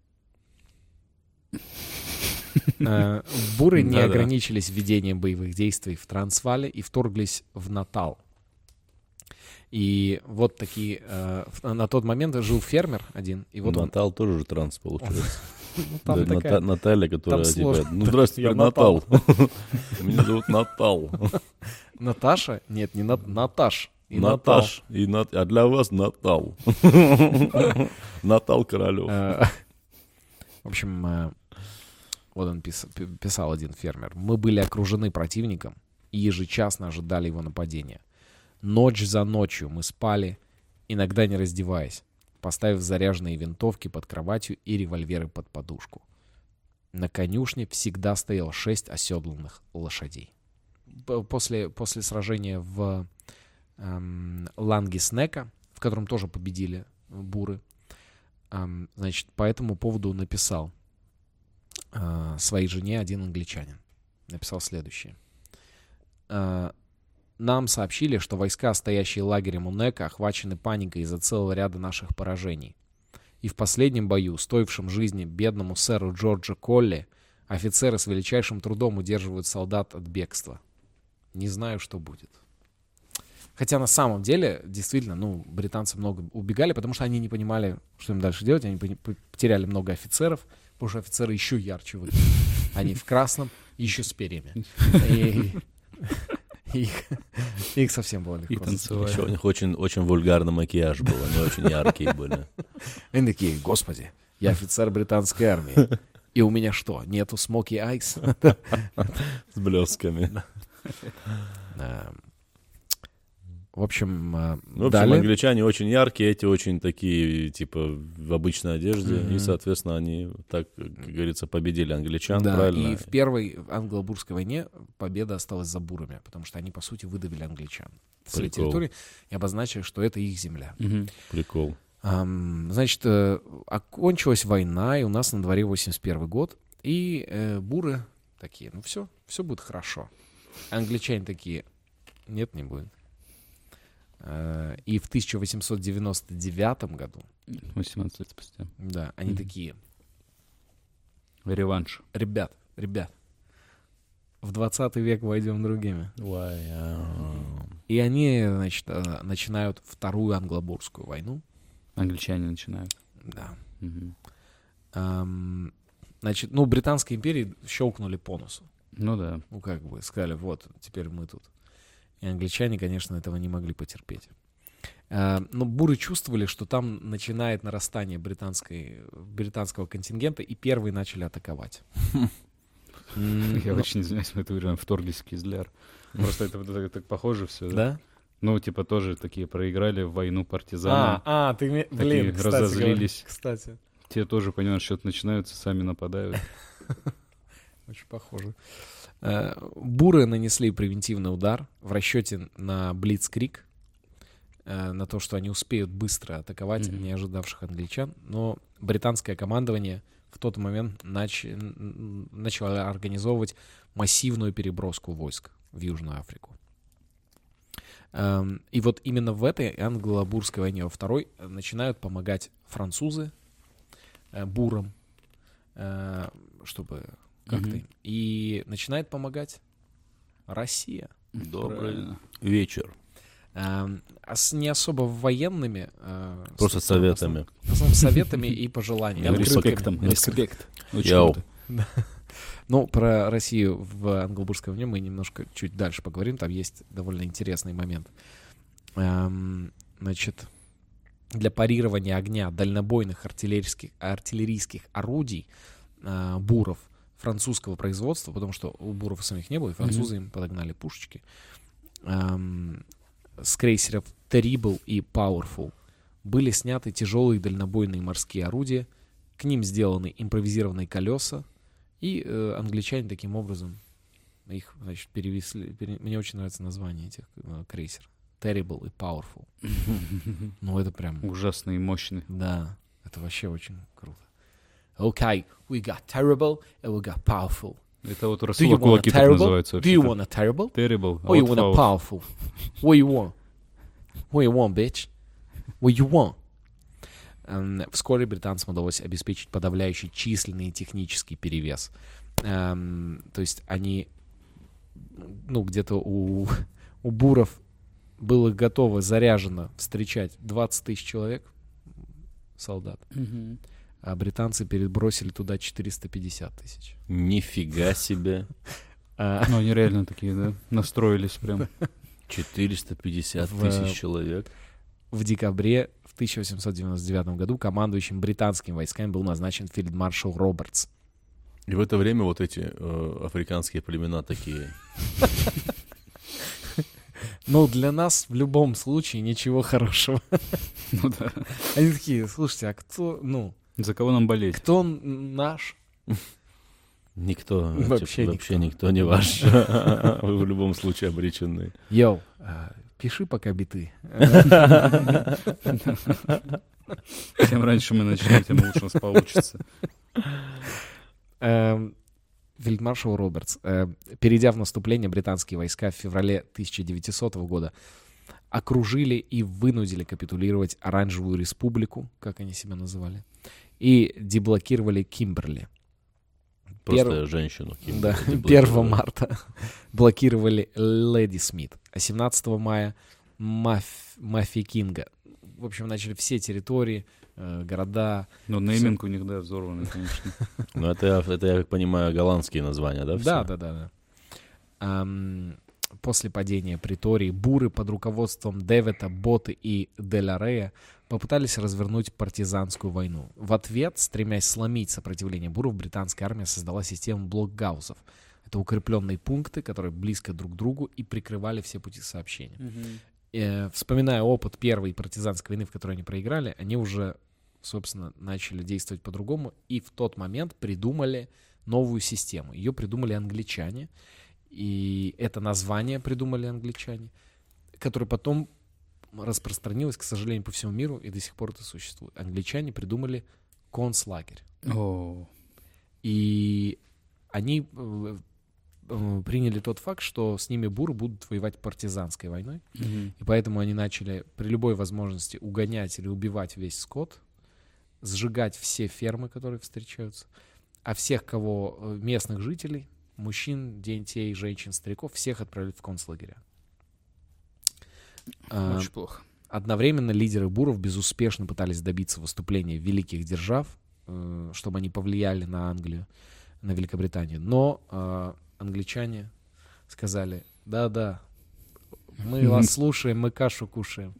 Э, Буры не Да-да. ограничились ведением боевых действий в Трансвале и вторглись в Натал. И вот такие... э, в- На тот момент жил фермер один, и вот он... Натал тоже же транс получается. ну, там Да, такая- Ната- Наталья, которая там типа, сложно. ну здравствуйте, Я Натал. Меня зовут Натал. Наташа? Нет, не Нат- Наташ. И Натал. Наташ. И Нат- А для вас Натал. Натал Королев. Э, В общем, э, вот он пис- пи- писал один фермер. Мы были окружены противником и ежечасно ожидали его нападения. Ночь за ночью мы спали, иногда не раздеваясь, поставив заряженные винтовки под кроватью и револьверы под подушку. На конюшне всегда стояло шесть оседланных лошадей. П- После, после сражения в эм, Лангиснека, в котором тоже победили буры, эм, значит, по этому поводу написал э, своей жене один англичанин. Написал следующее. Э, Нам сообщили, что войска, стоящие лагерем у Нека, охвачены паникой из-за целого ряда наших поражений. И в последнем бою, стоившем жизни бедному сэру Джорджа Колли, офицеры с величайшим трудом удерживают солдат от бегства. Не знаю, что будет. Хотя на самом деле, действительно, ну, британцы много убегали, потому что они не понимали, что им дальше делать. Они пони- потеряли много офицеров, потому что офицеры еще ярче выглядят. Они в красном, еще с перьями. И- Их, их совсем было легко. И танцевали. Еще у них очень, очень вульгарный макияж был, они очень яркие были. Они такие, господи, я офицер британской армии. И у меня что, нету смоки айс? С блесками. В общем, э, Ну, в общем, далее. англичане очень яркие, эти очень такие, типа, в обычной одежде. Мгм. И, соответственно, они, так, как говорится, победили англичан, Да, правильно? и в первой англо-бурской войне победа осталась за бурами, потому что они, по сути, выдавили англичан с своей Прикол. территории и обозначили, что это их земля. Мгм. Прикол. Ам, значит, э, окончилась война, и у нас на дворе восемьдесят первый год, и э, буры такие, ну все, все будет хорошо. Англичане такие, нет, не будет. Э, И в тысяча восемьсот девяносто девятом году, восемнадцать лет спустя. да, они Мгм. такие, Реванш. ребят, ребят, в двадцатый век войдем другими. И они, значит, э, начинают вторую англо-бурскую войну. Англичане начинают. Да. Мгм. Ам, Значит, ну, Британской империи щелкнули по носу. Ну да. Ну, как бы, сказали, вот, теперь мы тут. И англичане, конечно, этого не могли потерпеть. А, Но буры чувствовали, что там начинает нарастание британской, британского контингента, и первые начали атаковать. М, Я ну, очень извиняюсь, мы это время вторглись в Кизляр. Просто это вот так так похоже все. Да? Ну, типа, тоже такие проиграли войну партизаны. А, а, ты, ме- блин, Такие кстати, разозлились. говоря, кстати, Те тоже, понимаешь, что-то начинаются, сами нападают. очень похоже. Э, Буры нанесли превентивный удар в расчете на Блицкриг. э, на то, что они успеют быстро атаковать Мгм. не ожидавших англичан. Но британское командование в тот момент нач... н- начало организовывать массивную переброску войск в Южную Африку. Эм, И вот именно в этой англо-бурской войне, во второй, э, начинают помогать французы э, бурам, э, чтобы как-то... Мгм. им- И начинает помогать Россия. Добрый Правильно. вечер. Эм, А с не особо военными... э, Просто с- советами. В основном советами и пожеланиями. Прям Открытками. респектом. Респект. Очень Яу. круто. Ну, про Россию в англо-бурской войне мы немножко чуть дальше поговорим. Там есть довольно интересный момент. Эм, Значит, для парирования огня дальнобойных артиллерийских, артиллерийских орудий э, буров французского производства, потому что у буров самих не было, и французы им подогнали пушечки, эм, с крейсеров Terrible и Powerful были сняты тяжелые дальнобойные морские орудия, к ним сделаны импровизированные колеса, и э, англичане таким образом их, значит, перевесли. пере- Мне очень нравится название этих э, крейсеров. Terrible и Powerful. Ну, это прям... Ужасный и мощный. Да, это вообще очень круто. Okay, we got terrible and we got powerful. Это вот у Do you Расула want a кулаки так terrible? называются Do you вообще. want a terrible? Terrible. Or you want a powerful? What you want? What you want, bitch? What you want? Эм, Вскоре британцам удалось обеспечить подавляющий численный и технический перевес. Эм, То есть они, ну, где-то у, у буров было готово, заряжено встречать двадцать тысяч человек, солдат, а британцы перебросили туда четыреста пятьдесят тысяч. Нифига себе. А, Ну, они реально такие, да? Настроились прям. четыреста пятьдесят В- тысяч человек. В декабре в тысяча восемьсот девяносто девятом году командующим британскими войсками был назначен фельдмаршал Робертс. И в это время вот эти э, африканские племена такие. Ну, для нас в любом случае ничего хорошего. Ну да. Они такие, слушайте, а кто, ну, За кого нам болеть? кто н- наш? Никто, Вообще типа, вообще никто не ваш. Вы в любом случае обречены. Йоу, а, пиши пока биты. Чем раньше мы начнем, тем лучше у нас получится. Эм, Фельдмаршал Робертс, э, перейдя в наступление, британские войска в феврале тысяча девятисотого года окружили и вынудили капитулировать Оранжевую республику, как они себя называли, и деблокировали Кимберли. Просто Перв- женщину. кем-то Да, деблокировали. первого марта блокировали Леди Смит, а семнадцатого мая Маф- Мафи Кинга. В общем, начали все территории, э, города. Ну, нейминг у них, да, взорванный, конечно. Ну, это, я- это, я как понимаю, голландские названия, да? Да, все? да, да, да. Ам, После падения Притории буры под руководством Дэвида, Боты и Деля Рея попытались развернуть партизанскую войну. В ответ, стремясь сломить сопротивление буров, британская армия создала систему блокгаузов. Это укрепленные пункты, которые близко друг к другу и прикрывали все пути сообщения. Э, Вспоминая опыт первой партизанской войны, в которой они проиграли, они уже, собственно, начали действовать по-другому и в тот момент придумали новую систему. Ее придумали англичане, и это название придумали англичане, которое потом распространилось, к сожалению, по всему миру, и до сих пор это существует. Англичане придумали концлагерь. О, И они э, э, приняли тот факт, что с ними буры будут воевать партизанской войной, мгм. и поэтому они начали при любой возможности угонять или убивать весь скот, сжигать все фермы, которые встречаются, а всех, кого э, местных жителей, мужчин, детей, женщин, стариков, всех отправили в концлагеря. А, Очень плохо. Одновременно лидеры буров безуспешно пытались добиться выступления великих держав, э, чтобы они повлияли на Англию, на Великобританию. Но э, англичане сказали: да-да, мы вас слушаем, мы кашу кушаем.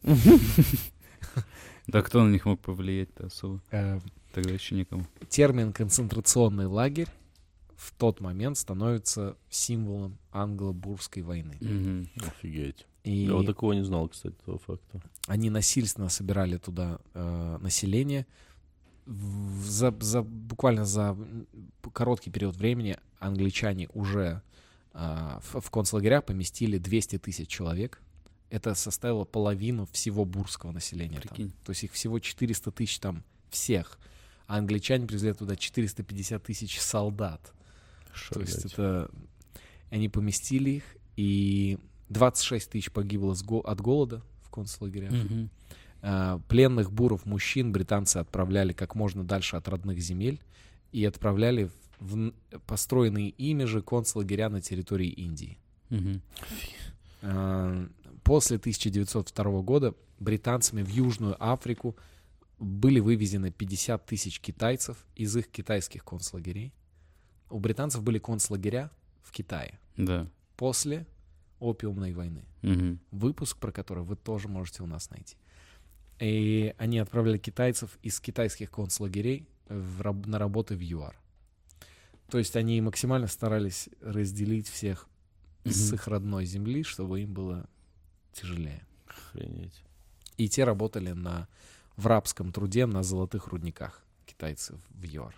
Да кто на них мог повлиять-то особо? Э, Тогда еще никому. Термин «концентрационный лагерь» в тот момент становится символом англо-бурской войны. Мгм. Офигеть. И Я вот такого не знал, кстати, этого факта. они насильственно собирали туда э, население. В- За, за- буквально за м, короткий период времени англичане уже э, в, в концлагеря поместили двести тысяч человек. Это составило половину всего бурского населения. Там. То есть их всего четыреста тысяч там всех. А англичане привезли туда четыреста пятьдесят тысяч солдат. Шо, То есть это... Они поместили их, и двадцать шесть тысяч погибло с го... от голода в концлагерях. Mm-hmm. А, пленных буров мужчин британцы отправляли как можно дальше от родных земель и отправляли в построенные ими же концлагеря на территории Индии. Mm-hmm. А, после тысяча девятьсот второго года британцами в Южную Африку были вывезены пятьдесят тысяч китайцев из их китайских концлагерей. У британцев были концлагеря в Китае. Да. После опиумной войны. Угу. Выпуск, про который вы тоже можете у нас найти. И они отправляли китайцев из китайских концлагерей в, раб- на работы в ЮАР. То есть они максимально старались разделить всех угу. с их родной земли, чтобы им было тяжелее. Охренеть. И те работали на, в рабском труде на золотых рудниках, китайцы в ЮАР.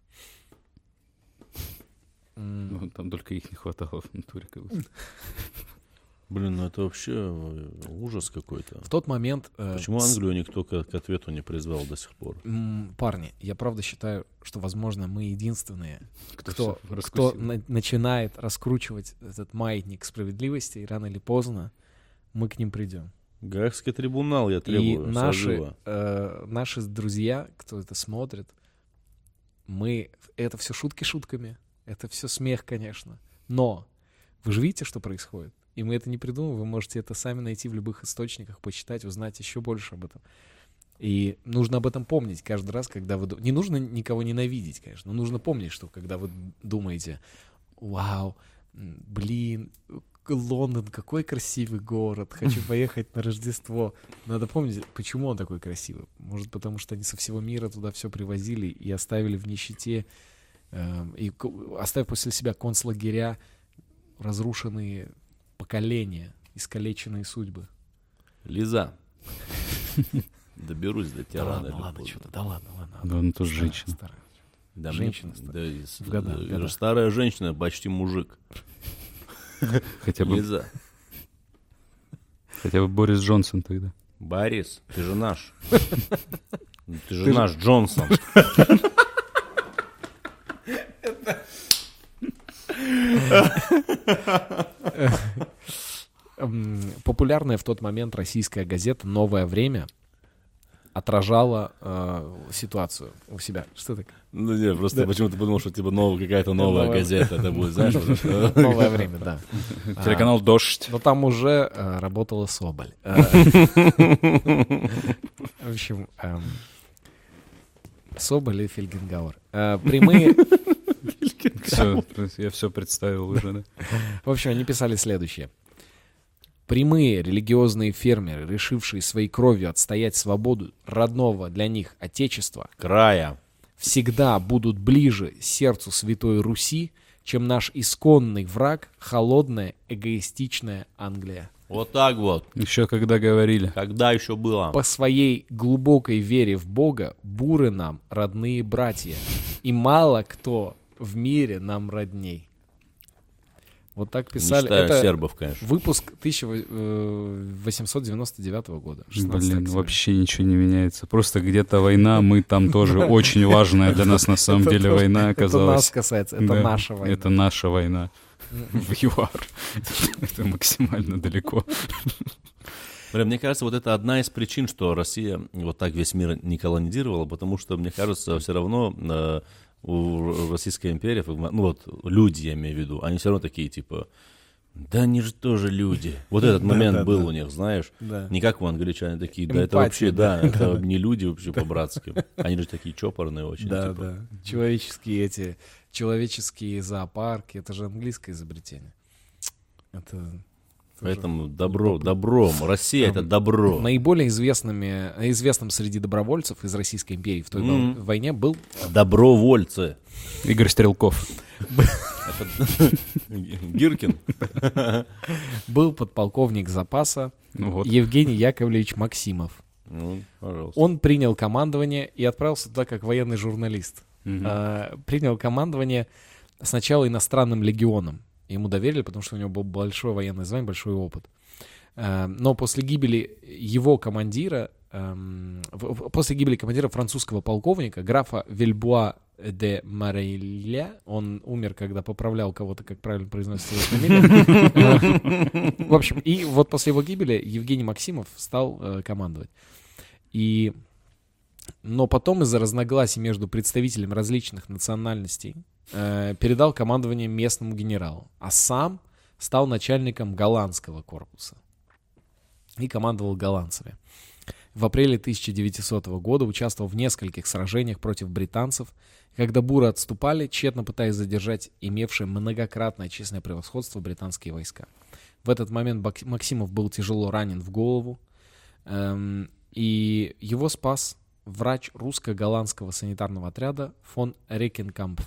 Ну, там только их не хватало в натуре. Блин, ну это вообще ужас какой-то. В тот момент... Почему э, Англию никто к, к ответу не призвал до сих пор? М, парни, я правда считаю, что, возможно, мы единственные, кто, кто, кто на- начинает раскручивать этот маятник справедливости, и рано или поздно мы к ним придем. Гаагский трибунал я И требую. наши, э, наши друзья, кто это смотрит, мы... Это все шутки шутками. Это все смех, конечно. Но вы же видите, что происходит. И мы это не придумываем. Вы можете это сами найти в любых источниках, почитать, узнать еще больше об этом. И нужно об этом помнить каждый раз, когда вы... Не нужно никого ненавидеть, конечно. Но нужно помнить, что когда вы думаете, вау, блин, Лондон, какой красивый город, хочу поехать на Рождество. Надо помнить, почему он такой красивый. Может, потому что они со всего мира туда все привозили и оставили в нищете, и оставив после себя концлагеря, разрушенные поколения, искалеченные судьбы. Лиза, доберусь до тебя да рано. Ладно, ладно, что-то, да ладно, ладно. Да, он тоже женщина. Старая. Да, женщина. Мне, да, в года, да, в года. Старая женщина, почти мужик. Хотя бы, Лиза. хотя бы Борис Джонсон тогда. Борис, ты же наш. Ты же наш Джонсон. Популярная в тот момент российская газета «Новое время» отражала э, ситуацию у себя. Что так? Ну не, просто Да. почему-то подумал, что типа новая, какая-то новая Новая. газета, это будет, знаешь, вот это. «Новое время», да. Телеканал «Дождь». Но там уже э, работала Соболь. Э, В общем, эм, Соболь и Фельгенгауэр. Э, Прямые... Все, я все представил уже, да. В общем, они писали следующее. Прямые религиозные фермеры, решившие своей кровью отстоять свободу родного для них отечества, Края. всегда будут ближе сердцу Святой Руси, чем наш исконный враг, холодная, эгоистичная Англия. Вот так вот. Еще когда говорили. Когда еще было? По своей глубокой вере в Бога буры нам родные братья, и мало кто в мире нам родней. Вот так писали. Не считая Это сербов, конечно. выпуск тысяча восемьсот девяносто девятого года. шестнадцатого Блин, октября. вообще ничего не меняется. Просто где-то война, мы там тоже очень важная для нас на самом Это деле тоже- война Это нас оказалась. касается, это Да, наша война. Это наша война в ЮАР. Это максимально далеко. Блин, мне кажется, вот это одна из причин, что Россия вот так весь мир не колонизировала, потому что, мне кажется, все равно э, у Российской империи, ну вот люди, я имею в виду, они все равно такие, типа, да они же тоже люди. Вот этот момент был у них, знаешь, Да. не как у англичан, такие, да это Эмпатия, вообще, да. да, это не люди вообще по-братски. Они же такие чопорные очень. Да, типа. да. Человеческие эти, человеческие зоопарки, это же английское изобретение. Это... Поэтому добро, добро, Россия это добро. Наиболее известными, известным среди добровольцев из Российской империи в той Мгм. вол- войне был Добровольцы. Игорь Стрелков. Гиркин. был подполковник запаса Ну вот. Евгений Яковлевич Максимов. Ну, пожалуйста. Он принял командование и отправился туда как военный журналист. Мгм. А, принял командование сначала иностранным легионом. Ему доверили, потому что у него был большое военное звание, большой опыт. Э, но после гибели его командира, э, после гибели командира французского полковника, графа Вильбуа де Марейля, он умер, когда поправлял кого-то, как правильно произносится его фамилия. В общем, и вот после его гибели Евгений Максимов стал э, командовать. И... Но потом из-за разногласий между представителями различных национальностей э, передал командование местному генералу, а сам стал начальником голландского корпуса и командовал голландцами. В апреле тысяча девятисотого года участвовал в нескольких сражениях против британцев, когда буры отступали, тщетно пытаясь задержать имевшие многократное численное превосходство британские войска. В этот момент Бак- Максимов был тяжело ранен в голову, эм, и его спас врач русско-голландского санитарного отряда фон Рекенкампф.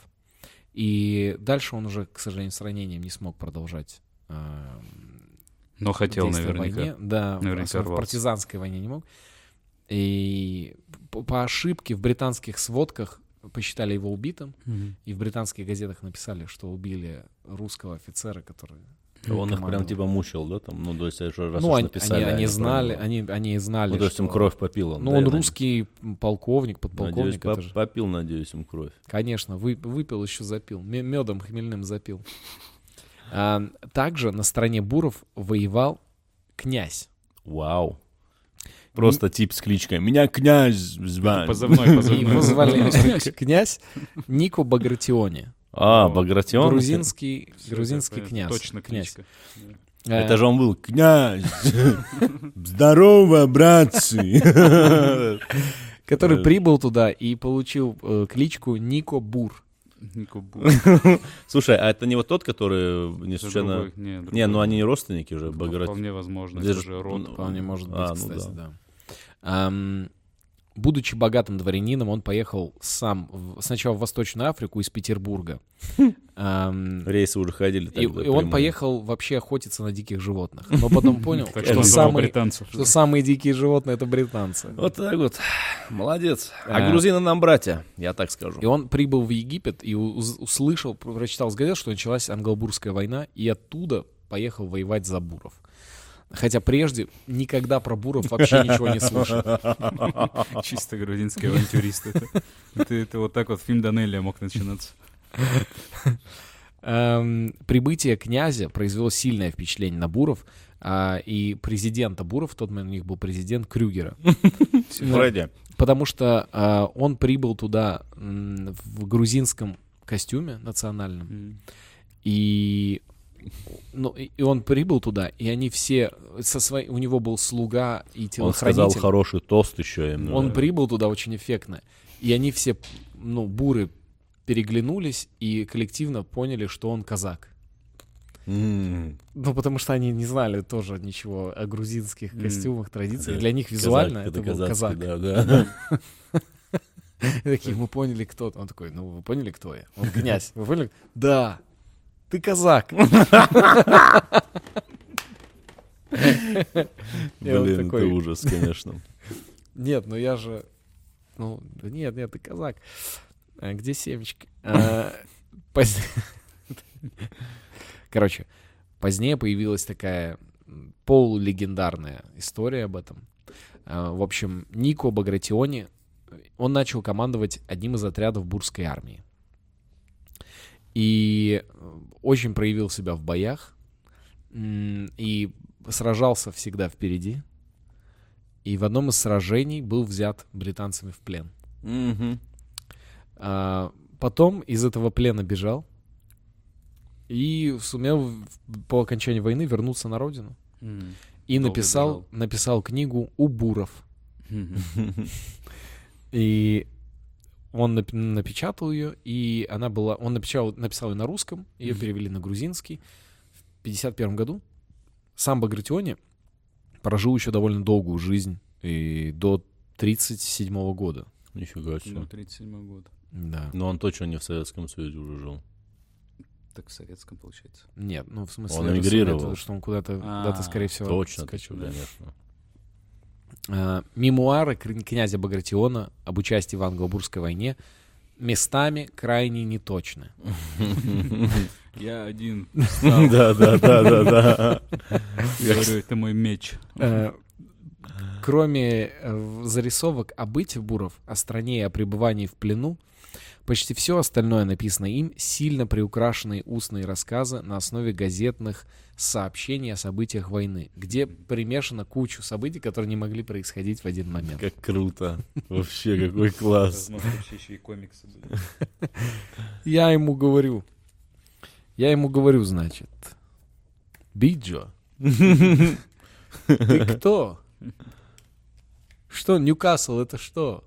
И дальше он уже, к сожалению, с ранением не смог продолжать. Э, Но хотел, действия в наверняка. войне. Да, Наверняка в рвался. партизанской войне не мог. И по, по ошибке в британских сводках посчитали его убитым, Мгм. и в британских газетах написали, что убили русского офицера, который... Он их прям командовал. типа мучил, да, там, ну, то есть, раз Ну, уж они, написали. они, они про знали, него. они, они знали, Ну, то есть им что- кровь попил он. Ну, да, он я русский полковник, надеюсь, подполковник. поп- это же- попил, надеюсь, им кровь. Конечно, вы- выпил, еще запил. Ме- Медом хмельным запил. А, также на стороне буров воевал князь. Вау. Просто тип с кличкой. Меня князь звать. Позывной, И позывной. его звали князь Нико Багратиони. А, О, Багратион? Грузинский, Всё, грузинский это князь. Точно князь. кличка. Это же он был князь. Здорово, братцы. Который прибыл туда и получил э, кличку Нико Бур. Нико Бу. Слушай, а это не вот тот, который не Это случайно... другой, не, Не, другой. ну они не родственники же, Ну, Баграт. Вполне возможно, Здесь это же- же род. ну, Вполне может быть, А, ну кстати, да. да. Ам, будучи богатым дворянином, он поехал сам в- сначала в Восточную Африку из Петербурга. Ам, Рейсы уже ходили И, тогда. и он прямые. поехал вообще охотиться на диких животных. Но потом понял, Так что, что он звал самые, британцев. что самые дикие животные — это британцы. Вот так вот. Молодец. А А. грузины нам братья, я так скажу. И он прибыл в Египет и уз- услышал, прочитал с газет, что началась англо-бурская война, и оттуда поехал воевать за буров. Хотя прежде никогда про буров вообще ничего не слышал. Чисто грузинский авантюрист. Это, это, это вот так вот фильм Данелия мог начинаться. Эм, Прибытие князя произвело сильное впечатление на буров, а, и президента буров, в тот момент у них был президент Крюгера. Фредди. Потому что а, он прибыл туда м, в грузинском костюме национальном, М. и, ну, и и он прибыл туда, и они все, со своей, у него был слуга и Он сказал телохранитель. хороший тост еще им. Он прибыл туда очень эффектно, и они все, ну, буры переглянулись и коллективно поняли, что он казак. М. Ну, потому что они не знали тоже ничего о грузинских М. костюмах, традициях. Да, Для них казак, визуально это был казацкий, казак. Да, да. И такие, мы поняли, кто ты. Он такой, ну, вы поняли, кто я? Он князь. Вы поняли? Да. Ты казак. Я вот Блин, такой, это ужас, конечно. нет, ну я же... Ну, да нет, нет, ты казак. А где семечки? А, поз- Короче, позднее появилась такая м, полулегендарная история об этом. А, В общем, Нико Багратиони, он начал командовать одним из отрядов бурской армии. И э, очень проявил себя в боях. м, И сражался всегда впереди. И в одном из сражений был взят британцами в плен. Мгм. А, Потом из этого плена бежал и сумел в- по окончании войны вернуться на родину. М. И Долго написал, бежал. написал книгу «У буров». Мгм. И он нап- напечатал ее, и она была... Он напечатал, написал ее на русском, ее перевели на грузинский в пятьдесят первом году. Сам Багратиони прожил еще довольно долгую жизнь, и до тридцать седьмого года. Нифига себе. Ну, тридцать седьмой год. Да. Но он точно не в Советском Союзе уже жил. Так в советском получается. Нет, ну в смысле... Он я же эмигрировал. имею в виду, что он куда-то, А, куда-то скорее всего, Точно, скачал. конечно. А, Мемуары кр- князя Багратиона об участии в англо-бурской войне местами крайне неточны. Я один. Да, да, да, да, да. Я говорю, это мой меч. Э, Кроме э, зарисовок о быте буров, о стране и о пребывании в плену, почти все остальное написано им, сильно приукрашенные устные рассказы на основе газетных сообщений о событиях войны, где примешано кучу событий, которые не могли происходить в один момент. Как круто. Вообще, какой класс. Возможно, вообще еще и комиксы были. Я ему говорю, я ему говорю, значит, Биджо, ты кто? Что, Ньюкасл, это что?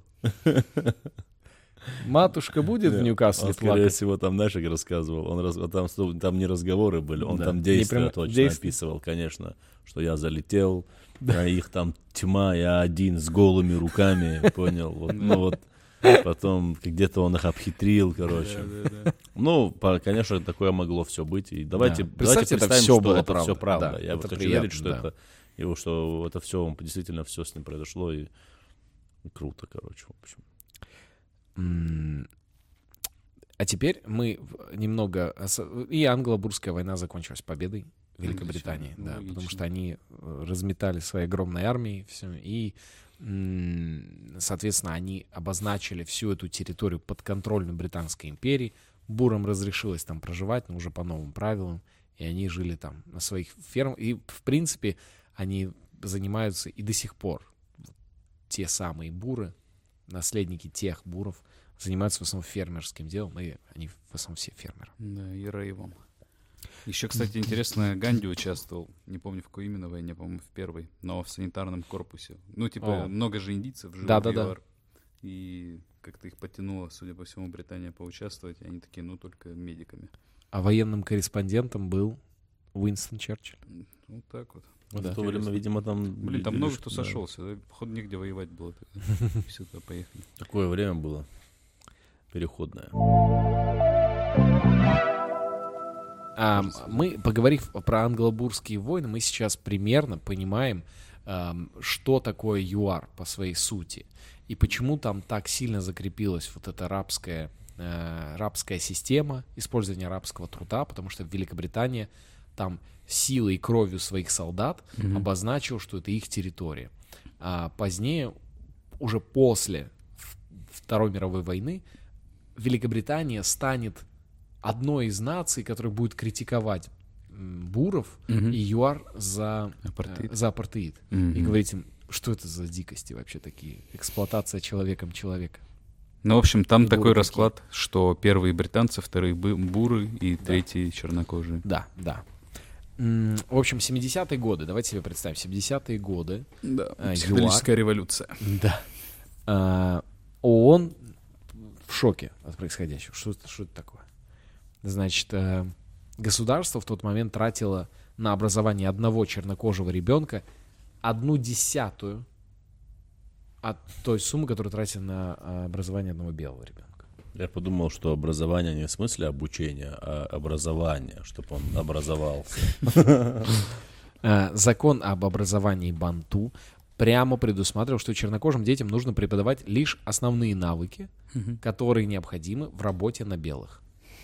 Матушка будет в Ньюкасле Он, скорее плакать? всего, там, знаешь, как рассказывал, он раз, там, сто- там не разговоры были, он Да. там Не действия прям точно действия. описывал, конечно, что я залетел, а их там тьма, я один с голыми руками, понял, вот, ну вот, потом где-то он их обхитрил, короче. Ну, по- конечно, такое могло все быть, и давайте, Да. давайте Представьте, это представим, всё что было это правда. все правда. Да, я это вот хочу приятно, верить, что да. это, и что это все, действительно все с ним произошло, и круто, короче, в общем. М, А теперь мы в- немного... ос- И англо-бурская война закончилась победой Великобритании, Логично, да, логично. потому что они э, разметали своей огромной армией все, и, м, соответственно, они обозначили всю эту территорию подконтрольной Британской империи. Бурам разрешилось там проживать, но уже по новым правилам, и они жили там на своих фермах. И, в принципе, они занимаются и до сих пор. Те самые буры, наследники тех буров, занимаются в основном фермерским делом, и они в основном все фермеры. Да, и рейвом. Еще, кстати, интересно, Ганди участвовал, не помню в какой именно войне, по-моему, в первой, но в санитарном корпусе. Ну, типа, О. много же индийцев жило Да-да-да. в ЮАР, и как-то их потянуло, судя по всему, Британия поучаствовать, и они такие, ну, только медиками. А военным корреспондентом был Уинстон Черчилль. Вот так вот. В Да. то время, видимо, там... Блин, там люди, много кто да. сошелся, да? Походу, негде воевать было. Все туда поехали. Такое время было переходное. А, мы, поговорив про англо-бурские войны, мы сейчас примерно понимаем, ам, что такое ЮАР по своей сути. И почему там так сильно закрепилась вот эта рабская, э, рабская система, использование рабского труда, потому что Великобритания там силой и кровью своих солдат Мгм. обозначил, что это их территория. А позднее, уже после В- Второй мировой войны, Великобритания станет одной из наций, которая будет критиковать м, буров Мгм. и ЮАР за Апартеид. э, за апартеид. И Мгм. говорить им, что это за дикости вообще такие, эксплуатация человеком человека. Ну, в общем, там И такой буры расклад, что первые британцы, вторые бы- буры и третьи чернокожие. Да, да. М, В общем, семидесятые годы, давайте себе представим, семидесятые годы, Да, А, психоделическая революция. да, а, ООН в шоке от происходящего. Что, это- что это такое? Значит, э, государство в тот момент тратило на образование одного чернокожего ребенка одну десятую от той суммы, которую тратили на а, образование одного белого ребенка. Я подумал, что образование не в смысле обучения, а образование, чтобы он образовался. Э, Закон об образовании банту прямо предусматривал, что чернокожим детям нужно преподавать лишь основные навыки, которые необходимы в работе на белых.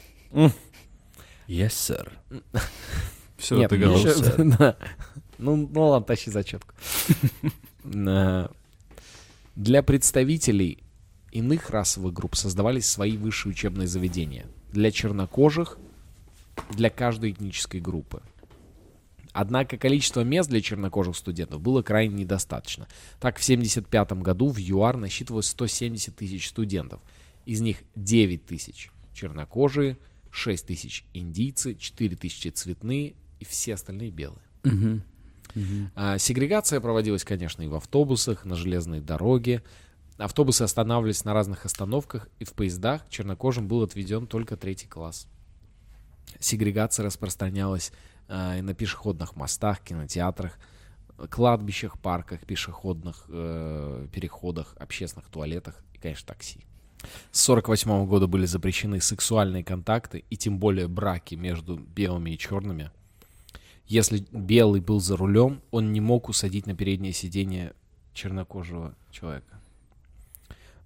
Yes, sir. Все, Нет, ты еще- голос. да. Ну, ну ладно, тащи зачетку. Э, Для представителей иных расовых групп создавались свои высшие учебные заведения. Для чернокожих, для каждой этнической группы. Однако количество мест для чернокожих студентов было крайне недостаточно. Так, в семьдесят пятом году в ЮАР насчитывалось сто семьдесят тысяч студентов. Из них девять тысяч чернокожие, шесть тысяч индийцы, четыре тысячи цветные и все остальные белые. Мгм. А, сегрегация проводилась, конечно, и в автобусах, на железной дороге. Автобусы останавливались на разных остановках, и в поездах чернокожим был отведен только третий класс. Сегрегация распространялась а, и на пешеходных мостах, кинотеатрах, кладбищах, парках, пешеходных э, переходах, общественных туалетах и, конечно, такси. С сорок восьмого года были запрещены сексуальные контакты и тем более браки между белыми и черными. Если белый был за рулем, он не мог усадить на переднее сиденье чернокожего человека.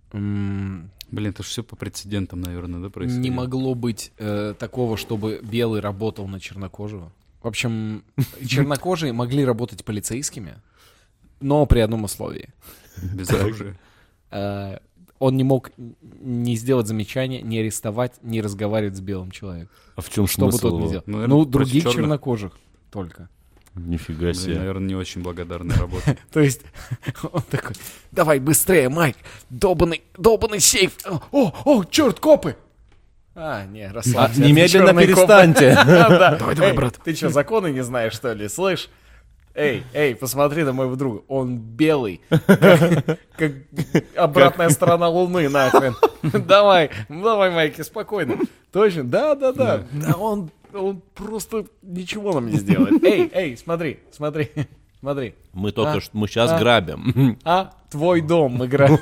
м, Блин, это же все по прецедентам, наверное, да, происходит? не могло быть э, такого, чтобы белый работал на чернокожего. В общем, чернокожие могли работать полицейскими, но при одном условии. Без оружия. Э, Он не мог не сделать замечания, не арестовать, не разговаривать с белым человеком. А в чем Что бы смысл тот ни его? сделал. Ну, наверное, Ну, против других черных. чернокожих только. Нифига Блин, себе. наверное, не очень благодарная работа. То есть он такой: давай быстрее, Майк, долбанный, долбанный сейф. О, о, черт, копы! А, не, А, расслабься. это немедленно черные копы. перестаньте. Да. Давай, давай, Эй, брат. Ты что, законы не знаешь, что ли? Слышь? Эй, эй, посмотри на моего друга. Он белый. Как, как обратная сторона Луны, нахрен. Давай, давай, Майки, спокойно. Точно? Да, да, да. Да он, он просто ничего нам не сделает. Эй, эй, смотри, смотри, смотри. Мы только А, что, мы сейчас а. грабим. А, твой дом играет.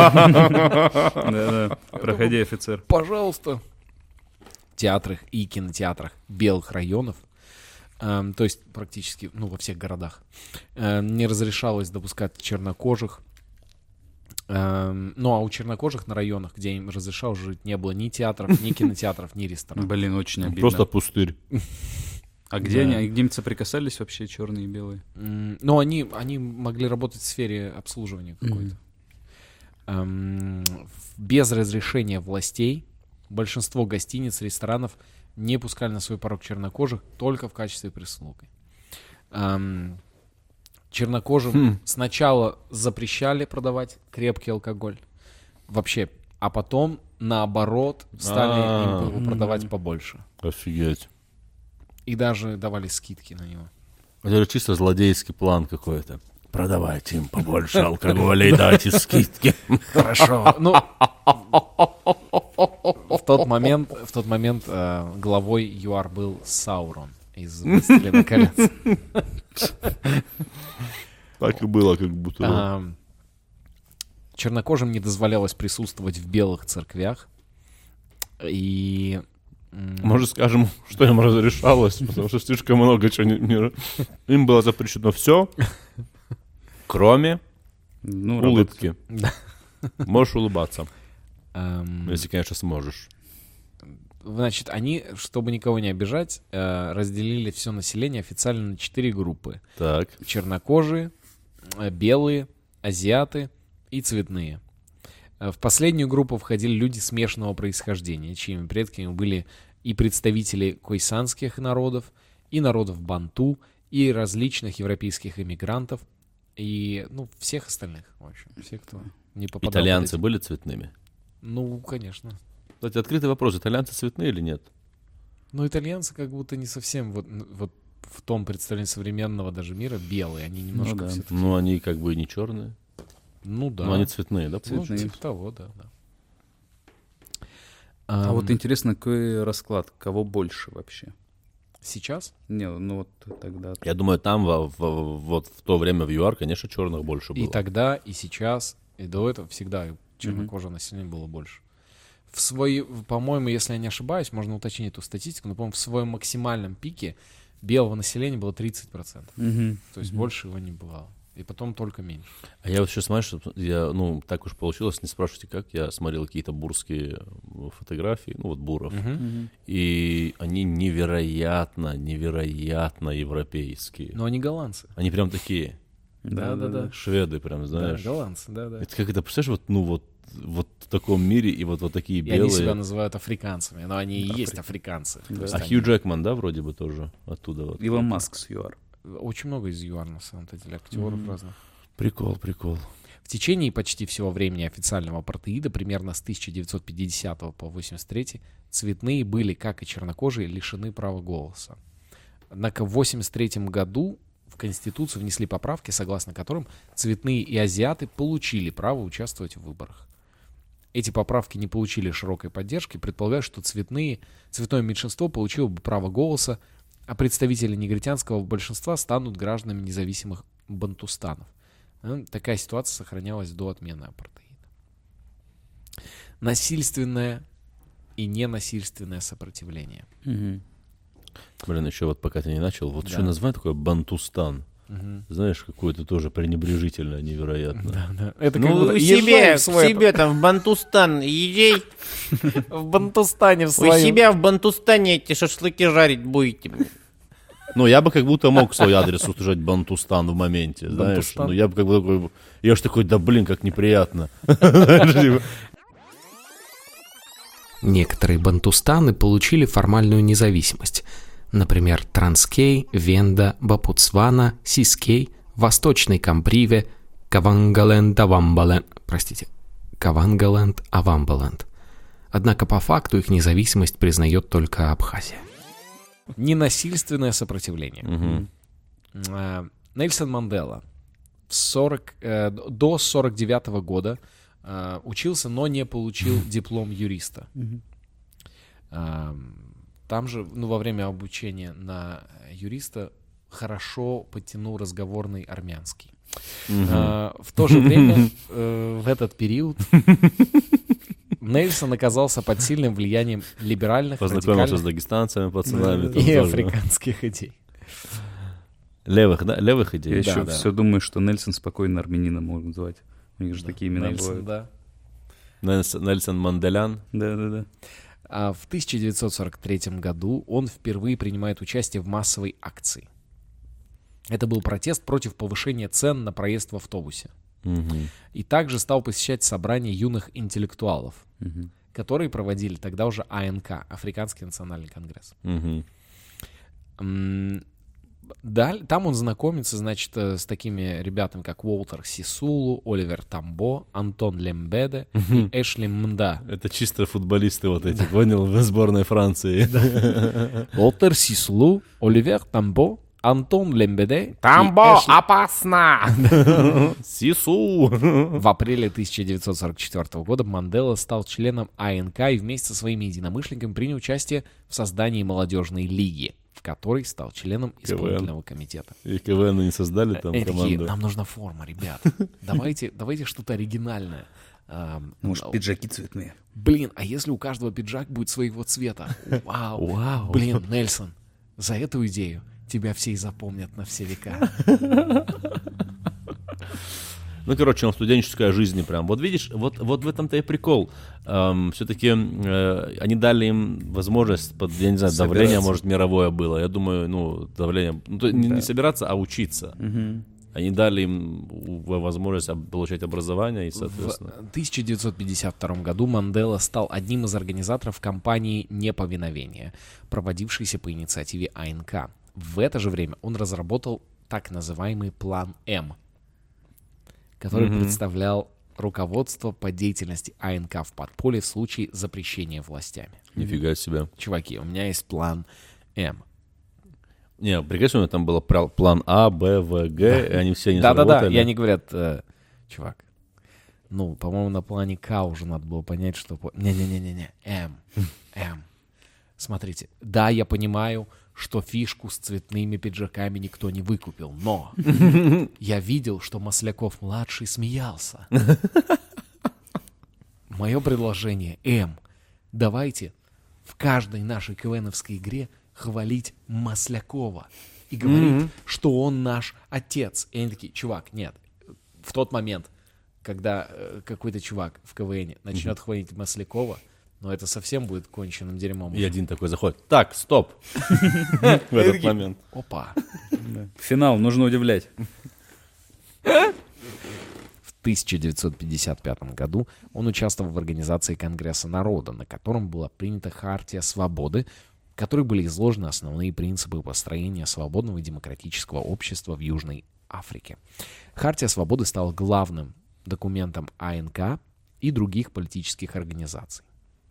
Да-да, проходи, офицер. Пожалуйста. В театрах и кинотеатрах белых районов, эм, то есть практически, ну, во всех городах, эм, не разрешалось допускать чернокожих. Эм, ну, а у чернокожих на районах, где им разрешалось жить, не было ни театров, ни кинотеатров, ни ресторанов. Блин, очень обидно. Просто пустырь. А где Да. они? А где-нибудь соприкасались вообще черные и белые? М, Ну, они, они могли работать в сфере обслуживания какой-то. Эм, в- без разрешения властей большинство гостиниц, ресторанов не пускали на свой порог чернокожих только в качестве прислуги. Эм, чернокожим Хм. сначала запрещали продавать крепкий алкоголь. Вообще. А потом, наоборот, стали А. им его продавать побольше. Офигеть. И даже давали скидки на него. Это же чисто злодейский план какой-то. Продавайте им побольше алкоголя и дайте скидки. Хорошо. Ну, в тот момент, в тот момент э, главой ЮАР был Саурон из «Властелина колец». Так и было, как будто. А, чернокожим не дозволялось присутствовать в белых церквях. И... м, Может, скажем, что им разрешалось, потому что слишком много чего не- не- им было запрещено все, кроме Ну, улыбки. Да. Можешь улыбаться, эм, если, конечно, сможешь. Значит, они, чтобы никого не обижать, э, разделили все население официально на четыре группы. Так. Чернокожие, э, белые, азиаты и цветные. Э, В последнюю группу входили люди смешанного происхождения, чьими предками были и представители койсанских народов, и народов банту, и различных европейских иммигрантов, и, ну, всех остальных, в общем, все, кто не попадал. под Итальянцы эти- были цветными? Ну, конечно. Кстати, открытый вопрос. Итальянцы цветные или нет? Но итальянцы как будто не совсем вот, н- вот в том представлении современного даже мира белые, они немножко да. всё-таки- Ну, они как бы не черные. Ну да. Но они цветные, да? Ну, цветные. типа того, да, да. А Ам, вот интересно, какой расклад? Кого больше вообще? сейчас? Не, ну вот тогда... Я думаю, там во- во- вот в то время в ЮАР, конечно, черных больше было. И тогда, и сейчас, и до этого всегда чернокожего населения было больше. В свой, по-моему, если я не ошибаюсь, можно уточнить эту статистику, но, по-моему, в своем максимальном пике белого населения было тридцать процентов. Мгм. То есть больше его не бывало. И потом только меньше. А я вот сейчас смотрю, что я, ну, так уж получилось, не спрашивайте как, я смотрел какие-то бурские э, фотографии, ну, вот буров, Мгм. и они невероятно, невероятно европейские. Но они голландцы. Они прям такие, Да-да-да. шведы прям, Да, знаешь. голландцы, да-да. Это как это, представляешь, вот, ну, вот, вот в таком мире, и вот, вот такие И белые. они себя называют африканцами, но они и есть африканцы. То есть А они- Хью Джекман, да, вроде бы тоже оттуда вот. Илон Маск с ЮАР. Очень много из ЮАР, на самом-то деле, актеров разных. Прикол, прикол. В течение почти всего времени официального апартеида, примерно с тысяча девятьсот пятидесятого по восемьдесят третий, цветные были, как и чернокожие, лишены права голоса. Однако в восемьдесят третьем году в Конституцию внесли поправки, согласно которым цветные и азиаты получили право участвовать в выборах. Эти поправки не получили широкой поддержки, предполагая, что цветные, цветное меньшинство получило бы право голоса, а представители негритянского большинства станут гражданами независимых бантустанов. Э, Такая ситуация сохранялась до отмены апартеида. Насильственное и ненасильственное сопротивление. Мгм. Блин, еще вот пока ты не начал, вот Да. еще название такое Бантустан. Знаешь, какое-то тоже пренебрежительное, невероятно. Да, да. Это Ну, как будто у езжай себя, в к свой- себе там в Бантустан езжай. в Бантустане в У своем. себя в Бантустане эти шашлыки жарить будете. Ну, я бы как будто мог свой адрес услышать Бантустан в моменте, знаешь. Бантустан? Ну, я бы как бы такой... Я ж такой, да блин, как неприятно. Некоторые бантустаны получили формальную независимость. Например, Транскей, Венда, Бапутсвана, Сискей, Восточный Камприве, Кавангаленд-Авамбаленд, простите, Кавангаленд-Авамбаленд. Однако по факту их независимость признает только Абхазия. Ненасильственное сопротивление. Мгм. А, Нельсон Мандела в сорок, э, до сорок девятого года а, учился, но не получил диплом юриста. А, Там же, ну, во время обучения на юриста хорошо подтянул разговорный армянский. А, В то же время, э, в этот период, Нельсон оказался под сильным влиянием либеральных, Познакомился с радикальных дагестанцами, пацанами. там и тоже. африканских идей. Левых, да? Левых Я идей. еще да. все думаю, что Нельсон спокойно армянина могут звать. У них же такие имена Нельсон, бывают. да. Нельсон, Нельсон Манделян. Да-да-да. А в тысяча девятьсот сорок третьем году он впервые принимает участие в массовой акции. Это был протест против повышения цен на проезд в автобусе. Мгм. И также стал посещать собрания юных интеллектуалов, Мгм. которые проводили тогда уже А Н К, Африканский национальный конгресс. Мгм. М, даль- Там он знакомится, значит, э, с такими ребятами, как Уолтер Сисулу, Оливер Тамбо, Антон Лембеде и Эшли Мнда. Это чисто футболисты вот эти, понял, в сборной Франции. Уолтер Сисулу, Оливер Тамбо, Антон Лембеде и Тамбо, Эшли- опасно! Сису! В апреле тысяча девятьсот сорок четвёртого года Мандела стал членом А Н К и вместе со своими единомышленниками принял участие в создании молодежной лиги, в которой стал членом исполнительного комитета. И КВН не создали там Они такие, команду. нам нужна форма, ребят. Давайте, давайте что-то оригинальное. Ам, Может, ну, пиджаки цветные. Блин, а если у каждого пиджак будет своего цвета? Вау. Вау. Блин, Нельсон, за эту идею тебя все и запомнят на все века. Ну, короче, он в студенческой жизни прям. Вот видишь, вот, вот в этом-то и прикол. Эм, все-таки э, они дали им возможность, под, я не знаю, давление, Собираться. может, мировое было. Я думаю, ну, давление... Ну, то не, не собираться, а учиться. Они дали им у- возможность об- получать образование и, соответственно... В тысяча девятьсот пятьдесят втором году Мандела стал одним из организаторов кампании «Неповиновение», проводившейся по инициативе А Н К. В это же время он разработал так называемый план М, который Мгм. представлял руководство по деятельности А Н К в подполье в случае запрещения властями. Нифига себе. Чуваки, у меня есть план М. Не, прикинь, у меня там был пра- план А, Б, В, Г, и они все не Да-да-да, заработали. и они говорят, э, чувак, ну, по-моему, на плане К уже надо было понять, что... по- Не-не-не-не-не, М, М. Смотрите, да, я понимаю, что фишку с цветными пиджаками никто не выкупил, но я видел, что Масляков-младший смеялся. Мое предложение, М, давайте в каждой нашей КВНовской игре хвалить Маслякова и говорить, что он наш отец. И они такие, чувак, нет. В тот момент, когда э, какой-то чувак в КВН начнет хвалить Маслякова, но это совсем будет конченным дерьмом. И уже. один такой заходит. Так, стоп. В этот момент. Опа. Финал, нужно удивлять. В тысяча девятьсот пятьдесят пятом году он участвовал в организации Конгресса народа, на котором была принята Хартия свободы, в которой были изложены основные принципы построения свободного и демократического общества в Южной Африке. Хартия свободы стала главным документом А Н К и других политических организаций.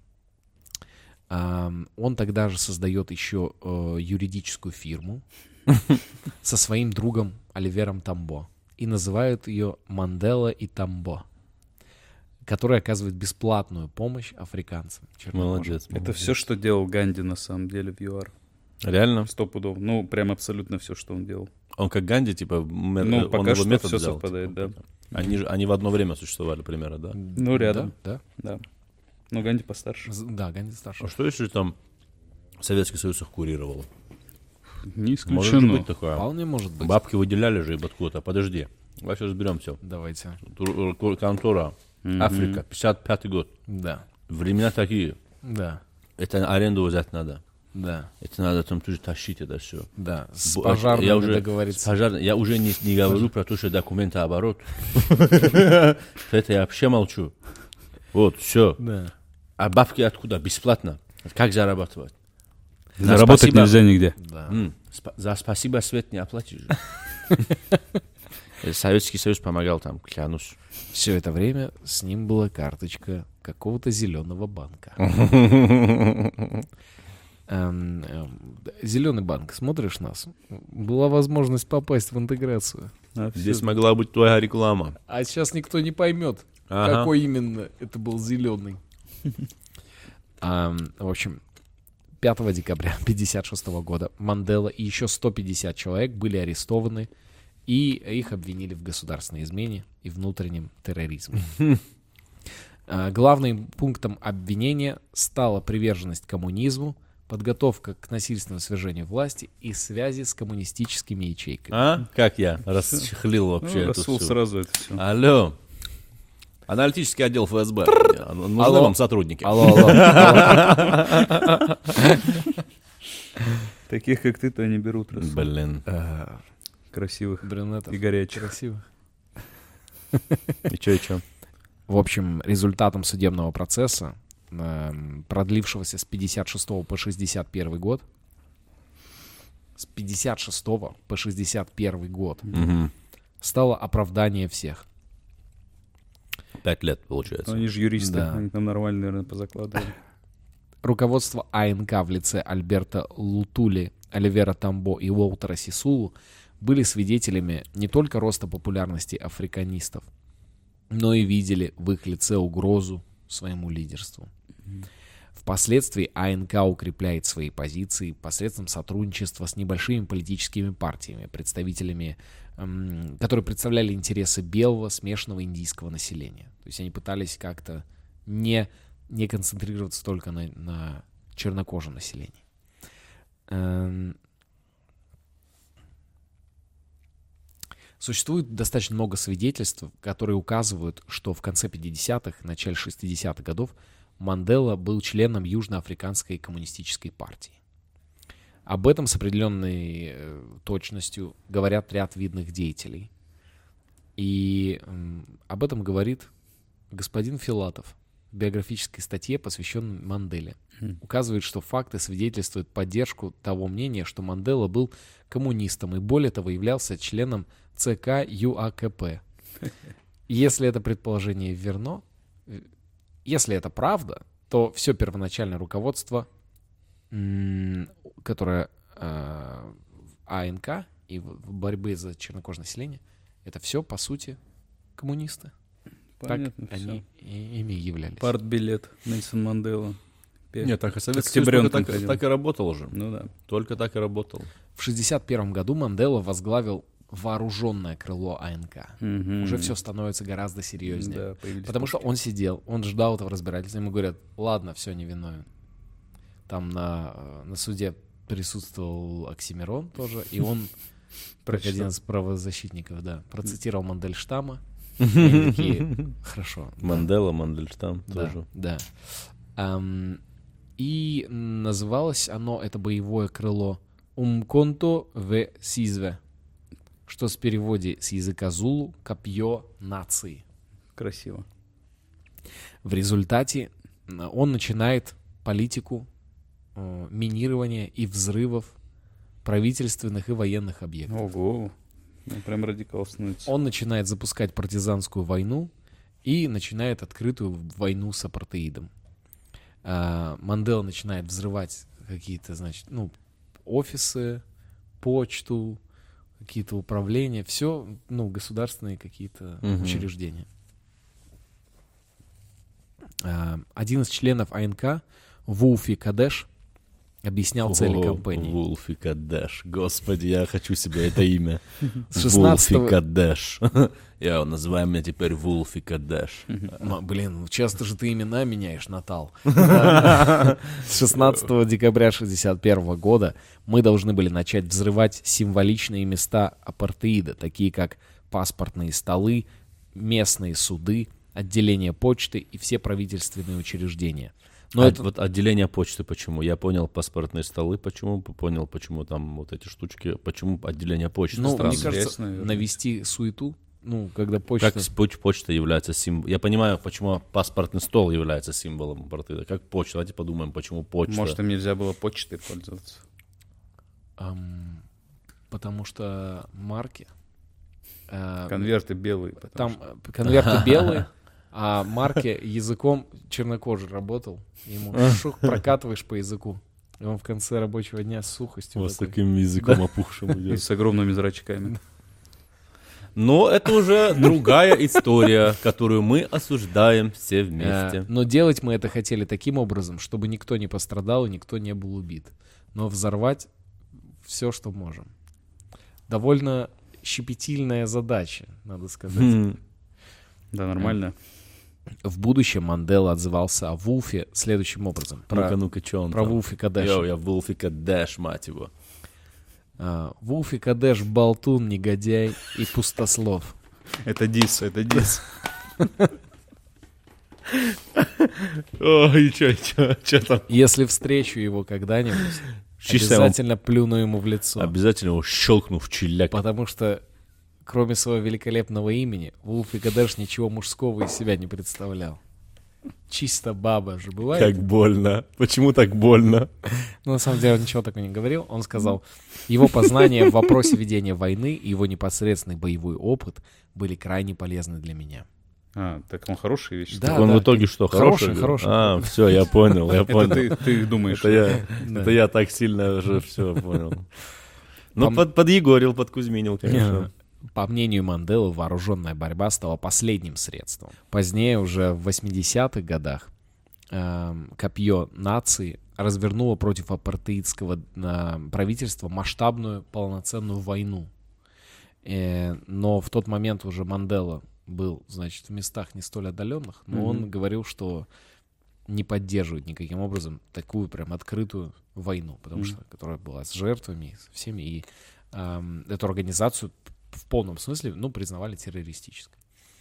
Ам, Он тогда же создает еще э, юридическую фирму со своим другом Оливером Тамбо и называют ее Мандела и Тамбо, которая оказывает бесплатную помощь африканцам. чернокожим. Молодец. Это все, что делал Ганди на самом деле в ЮАР. Реально? Стопудов. Ну, прям абсолютно все, что он делал. Он как Ганди, типа, ме- Ну, он пока его что метод всё взял, совпадает, типа, да. Они, же- они в одно время существовали примерно, да? Ну, рядом. Да, Да. Ну, Ганди постарше. да. З- Да, Ганди старший. А что если там Советский Союз их курировал? Не Может же исключено. быть такое. Вполне может быть. Бабки выделяли же откуда-то. Подожди. Давай сейчас разберемся. Давайте. Тур- э, Контора. Мгм. Африка. пятьдесят пятый год. Да. Времена такие. Да. Это аренду взять надо. Да. Это надо там тоже тащить это все. Да. С Бо- пожарными я уже, договориться. с пожар- я уже не, не говорю про то, что документы оборот. Это я вообще молчу. Вот, все. Да. А бабки откуда? Бесплатно. Как зарабатывать? За Заработать спасибо- нельзя нигде. Да. М, спа- За спасибо свет не оплатишь. Э, Советский Союз помогал там, клянусь. Все это время с ним была карточка какого-то зеленого банка. Зеленый банк, смотришь нас? Была возможность попасть в интеграцию. Здесь могла быть твоя реклама. А сейчас никто не поймет, Ага. какой именно это был зеленый. Ам, В общем, пятого декабря тысяча девятьсот пятьдесят шестого года Мандела и еще сто пятьдесят человек были арестованы, и их обвинили в государственной измене и внутреннем терроризме. А, Главным пунктом обвинения стала приверженность коммунизму, подготовка к насильственному свержению власти и связи с коммунистическими ячейками. А? Как я расчехлил вообще Ну, эту Расул всю. сразу это все. Алло. Аналитический отдел эф эс бэ. Нужны Алло. вам сотрудники? Алло, алло, алло. Таких, как ты, то не берут. Расул. Блин. А, Красивых Брюнетов. и горячих. Красиво. И чё, и чё? В общем, результатом судебного процесса, эм, продлившегося с пятьдесят шестого по шестьдесят первый год, с пятьдесят шестого по шестьдесят первый год, Мгм. стало оправдание всех. Пять лет, Ну, получается. они же юристы, Да. они там нормально, наверное, позакладывали. Руководство АНК в лице Альберта Лутули, Оливера Тамбо и Уолтера Сисулу были свидетелями не только роста популярности африканистов, но и видели в их лице угрозу своему лидерству. Впоследствии АНК укрепляет свои позиции посредством сотрудничества с небольшими политическими партиями, представителями, эм, которые представляли интересы белого смешанного индийского населения. То есть они пытались как-то не, не концентрироваться только на, на чернокожем населении. Эм, Существует достаточно много свидетельств, которые указывают, что в конце пятидесятых, начале шестидесятых годов Мандела был членом Южноафриканской коммунистической партии. Об этом с определенной э, точностью говорят ряд видных деятелей. И м, об этом говорит господин Филатов в биографической статье, посвященной Манделе. Указывает, что факты свидетельствуют поддержку того мнения, что Мандела был коммунистом и, более того, являлся членом ЦК ЮАКП. Если это предположение верно, если это правда, то все первоначальное руководство, м, которое э, в АНК и в в борьбе за чернокожее население, это все, по сути, коммунисты. Понятно, Так всё. они и- ими являлись. Партбилет Нельсон Мандела. Пе- Нет, так и Советский Союз Октябрем только там так, ходил. так и работал же. Ну да. Только так и работал. В шестьдесят первом году Мандела возглавил вооруженное крыло АНК. Мгм. Уже все становится гораздо серьезнее. Да, появились Потому что пушки. он сидел, он ждал этого разбирательства. Ему говорят, ладно, все, невиновен. Там на, э, на суде присутствовал Оксимирон тоже, и он, как один из правозащитников, да, процитировал Мандельштама. И они такие, хорошо. да, Мандела, Мандельштам да, тоже. да. Ам, И называлось оно, это боевое крыло, Умконто в Сизве, что с переводе с языка Зулу «копье нации». Красиво. В результате э, он начинает политику э, минирования и взрывов правительственных и военных объектов. Ого. Ну, прям радикал становится. Он начинает запускать партизанскую войну и начинает открытую войну с апартеидом. А, Мандела начинает взрывать какие-то, значит, ну, офисы, почту, какие-то управления, все, ну, государственные какие-то Мгм. учреждения. А, Один из членов АНК, Вулфи Кадеш, объяснял цели кампании. Вулфи Кадеш. Господи, я хочу себе это имя. С шестнадцатого... Вулфи Кадеш. Я называю меня теперь Вулфи Кадеш. Блин, часто же ты имена меняешь, Натал. С шестнадцатого декабря шестьдесят первого года мы должны были начать взрывать символичные места апартеида, такие как паспортные столы, местные суды, отделение почты и все правительственные учреждения. Но а это... вот отделение почты почему? Я понял паспортные столы, почему, понял, почему там вот эти штучки, почему отделение почты. Ну, странно. мне кажется, навести суету, ну, когда почта... Как почта является символом. Я понимаю, почему паспортный стол является символом апартеида. Как почта? Давайте подумаем, почему почта. Может, им нельзя было почтой пользоваться? Um, потому что марки... Uh, конверты белые. Там что... конверты белые, а марки языком чернокожий работал. Ему шух прокатываешь по языку. И он в конце рабочего дня с сухостью. Вот с таким языком опухшим идет. И с огромными зрачками. Но это уже другая история, которую мы осуждаем все вместе. Но делать мы это хотели таким образом, чтобы никто не пострадал и никто не был убит. Но взорвать все, что можем. Довольно щепетильная задача, надо сказать. Mm. Да, нормально. В будущем Мандела отзывался о Вулфе следующим образом. Про, ну-ка, ну-ка, что он про там? Вулфи Кадеш. Йоу, я Вулфи Кадеш, мать его. А, Вулфи Кадеш — болтун, негодяй и пустослов. Это дис, это дис. Ой, чё, чё, чё там? Если встречу его когда-нибудь, обязательно плюну ему в лицо. Обязательно его щелкну в челяк. Потому что, кроме своего великолепного имени, Вулфи Кадеш ничего мужского из себя не представлял. Чисто баба же бывает. Как больно. Почему так больно? Ну, на самом деле, он ничего такого не говорил. Он сказал, его познания в вопросе ведения войны и его непосредственный боевой опыт были крайне полезны для меня. А, так он хорошие вещи. Да, так он да. в итоге что, Хороший, хороший? хороший. А, все, я понял, я понял. Это ты, ты думаешь. Это я, Да. это я так сильно уже все понял. Ну, Пом- под, подъегорил, подкузьминил, конечно. По мнению Манделы, вооруженная борьба стала последним средством. Позднее, уже в восьмидесятых годах, эм, копье нации развернуло против апартеидского э, правительства масштабную полноценную войну. Э, но в тот момент уже Мандела был, значит, в местах не столь отдаленных, но mm-hmm. он говорил, что не поддерживает никаким образом такую прям открытую войну, потому mm-hmm. что которая была с жертвами, со всеми, и эм, эту организацию в полном смысле, ну, признавали террористической.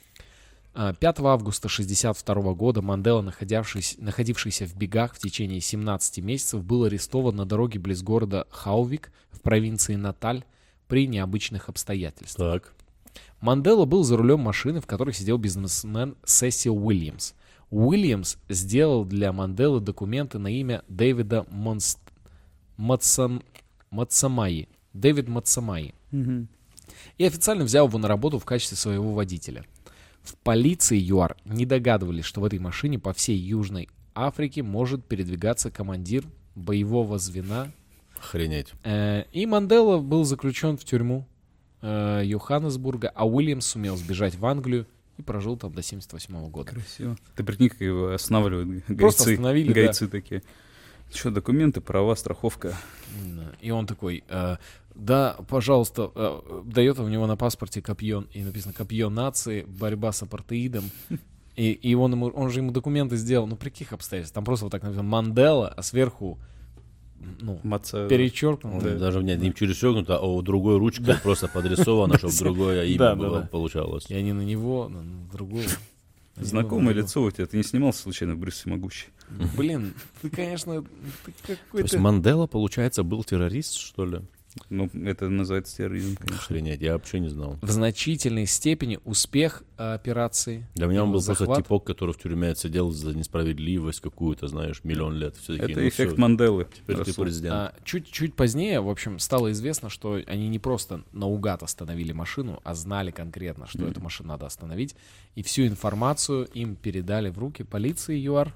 пятого августа шестьдесят второго года Мандела, находившийся, находившийся в бегах в течение семнадцати месяцев, был арестован на дороге близ города Хаувик в провинции Наталь при необычных обстоятельствах. Так. Мандела был за рулем машины, в которой сидел бизнесмен Сесил Уильямс. Уильямс сделал для Манделы документы на имя Дэвида Монст... Мацам... Мацамаи. Дэвид Мацамаи. Угу. И официально взял его на работу в качестве своего водителя. В полиции ЮАР не догадывались, что в этой машине по всей Южной Африке может передвигаться командир боевого звена. Охренеть. Э, и Мандела был заключен в тюрьму э, Йоханнесбурга, а Уильямс сумел сбежать в Англию и прожил там до семьдесят восьмого года. Красиво. Ты прикинь, как его останавливают гайцы. Просто остановили, гайцы да. такие. Что, документы, права, страховка. И он такой, э, да, пожалуйста, э, дает у него на паспорте копье, и написано «Копье нации, борьба с апартеидом». И, и он, ему, он же ему документы сделал, ну при каких обстоятельствах? Там просто вот так написано «Мандела», а сверху, ну, Маца... перечеркнуто. Да. Даже не, не перечеркнуто, а у другой ручкой да. просто подрисовано, чтобы другое имя да, было, да, да. получалось. И они на него, на другого. Знакомое лицо у тебя. Ты не снимался случайно в «Брюс Всемогущий»? Блин, ты, конечно, ты какой-то... То есть Мандела, получается, был террорист, что ли? Ну, это называется терроризм, конечно. Охренеть, я вообще не знал. В значительной степени успех операции. Для меня он был захват. просто типок, который в тюрьме сидел за несправедливость какую-то, знаешь, миллион лет. Все такие, это ну, эффект все, Манделы. Теперь Расул. Ты президент. А, чуть-чуть позднее, в общем, стало известно, что они не просто наугад остановили машину, а знали конкретно, что mm-hmm. эту машину надо остановить. И всю информацию им передали в руки полиции ЮАР.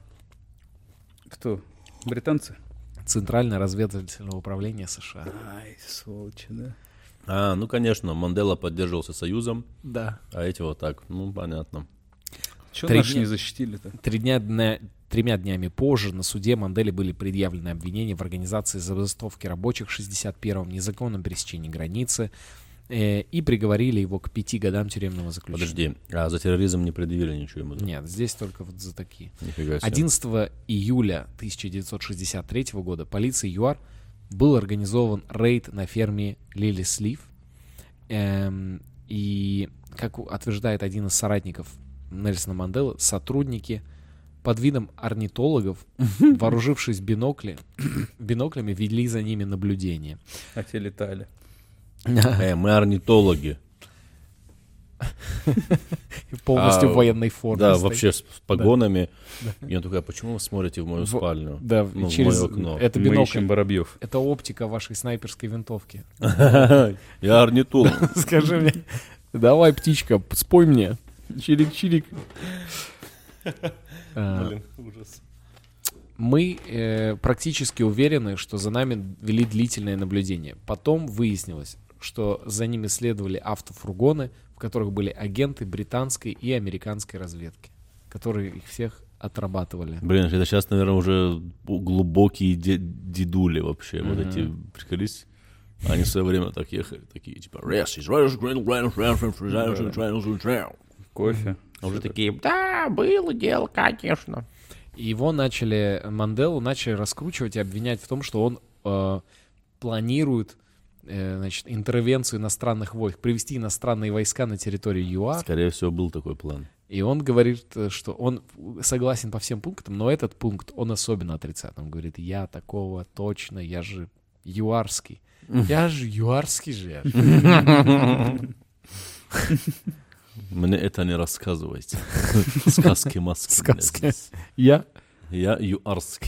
Кто? Британцы? Центральное разведывательное управление США. Ай, сволочи, да. А, ну, конечно, Мандела поддерживался Союзом. Да. А эти вот так, ну, понятно. Чего Три наши дня- не защитили-то? Три дня, дня- тремя днями позже на суде Манделе были предъявлены обвинения в организации забастовки рабочих в шестьдесят первом, незаконном пересечении границы, э, и приговорили его к пяти годам тюремного заключения. Подожди, а за терроризм не предъявили ничего ему? да? Нет, здесь только вот за такие. Нифига себе. одиннадцатого июля тысяча девятьсот шестьдесят третьего года полицией ЮАР был организован рейд на ферме Лили Слив. Эм, и, как у- утверждает один из соратников Нельсона Манделы, сотрудники под видом орнитологов, вооружившись бинокли, биноклями, вели за ними наблюдение. А те летали. Э, мы орнитологи. Полностью А, в военной форме. Да, стоит. вообще с, с погонами. И он такой, а почему вы смотрите в мою В- спальню? Да, Ну, в через мое окно. это Мы бинокль. ищем воробьев. Это оптика вашей снайперской винтовки. Я орнитолог. Скажи мне, давай, птичка, спой мне. Чирик-чирик. А, ужас. Мы э, практически уверены, что за нами вели длительное наблюдение. Потом выяснилось, что за ними следовали автофургоны, в которых были агенты британской и американской разведки, которые их всех отрабатывали. Блин, это сейчас, наверное, уже глубокие де- дедули вообще. Вот эти, приколись. Они в свое время так ехали, такие, типа, Кофе. А уже такие, да, было дело, конечно. И его начали, Манделу начали раскручивать и обвинять в том, что он э, планирует э, значит, интервенцию иностранных войск, привести иностранные войска на территорию ЮАР. Скорее всего, был такой план. И он говорит, э, что он согласен по всем пунктам, но этот пункт он особенно отрицает. Он говорит, я такого точно, я же юарский. Я же юарский же. Мне это не рассказывайте. Сказки Москвы. Сказки. Я? Я юарский.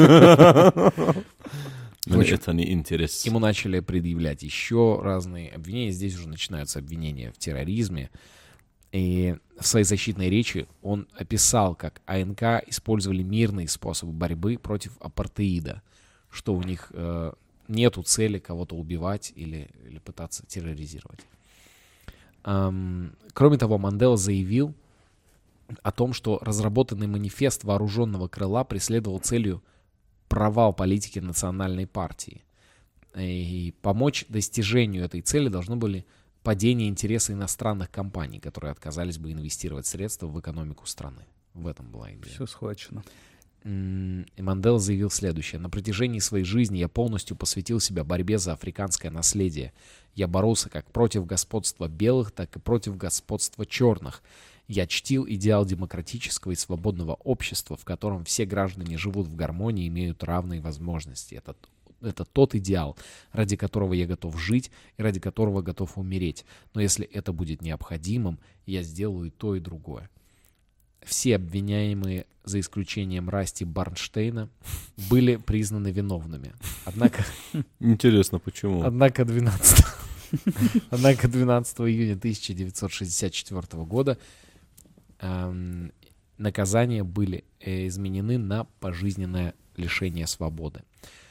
В Мне общем, это не интересно. Ему начали предъявлять еще разные обвинения. Здесь уже начинаются обвинения в терроризме. И в своей защитной речи он описал, как АНК использовали мирные способы борьбы против апартеида, что у них э, нету цели кого-то убивать или, или пытаться терроризировать. Эм, кроме того, Мандела заявил о том, что разработанный манифест вооруженного крыла преследовал целью провал политики национальной партии. И помочь достижению этой цели должны были падение интереса иностранных компаний, которые отказались бы инвестировать средства в экономику страны. В этом была идея. Все схвачено. М, И Мандела заявил следующее. На протяжении своей жизни я полностью посвятил себя борьбе за африканское наследие. Я боролся как против господства белых, так и против господства черных. Я чтил идеал демократического и свободного общества, в котором все граждане живут в гармонии и имеют равные возможности. Это, это тот идеал, ради которого я готов жить и ради которого готов умереть. Но если это будет необходимым, я сделаю и то, и другое. Все обвиняемые, за исключением Расти Барнштейна, были признаны виновными. Однако, Интересно, почему? однако, двенадцатого, однако двенадцатого июня тысяча девятьсот шестьдесят четвёртого года эм, наказания были э, изменены на пожизненное лишение свободы.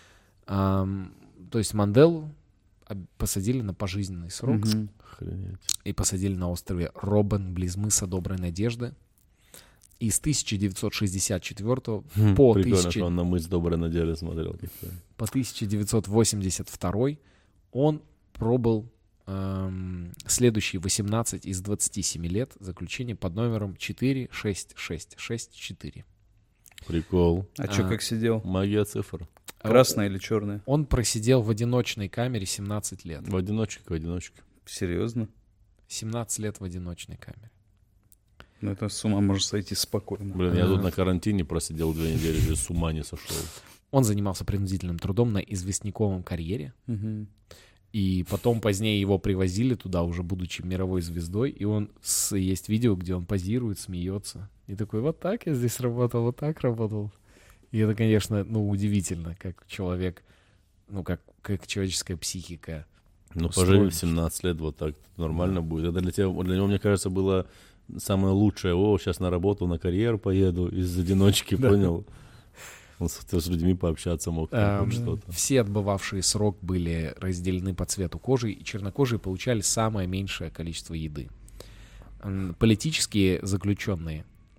Эм, то есть Манделу об- посадили на пожизненный срок Охренеть. и посадили на острове Робен близ мыса Доброй Надежды. И с тысяча девятьсот шестьдесят четвёртого по, Прикольно, тысяча- что он на мыс Доброй Надежды смотрел. по тысяча девятьсот восемьдесят второй он пробыл эм, следующие восемнадцать из двадцати семи лет заключения под номером четыре шесть шесть шесть четыре. Прикол. А, что, А. как сидел? Магия цифр. Красная или черная? Он просидел в одиночной камере семнадцать лет. В одиночке, в одиночке. Серьезно? семнадцать лет в одиночной камере. Ну, это с ума может сойти спокойно. Блин, я тут на карантине просидел две недели, же с ума не сошел. Он занимался принудительным трудом на известняковом карьере. Мгм. И потом позднее его привозили туда, уже будучи мировой звездой. И он с, есть видео, где он позирует, смеется. И такой, вот так я здесь работал, вот так работал. И это, конечно, ну, удивительно, как человек, ну, как, как человеческая психика. Ну, устроена. пожили в семнадцать лет, вот так нормально будет. Это для тебя, для него, мне кажется, было самое лучшее. О, сейчас на работу, на карьеру поеду из одиночки, понял? Он с, с людьми пообщаться мог, там, Эм, что-то. Все отбывавшие срок были разделены по цвету кожи, и чернокожие получали самое меньшее количество еды. М, Политические заключенные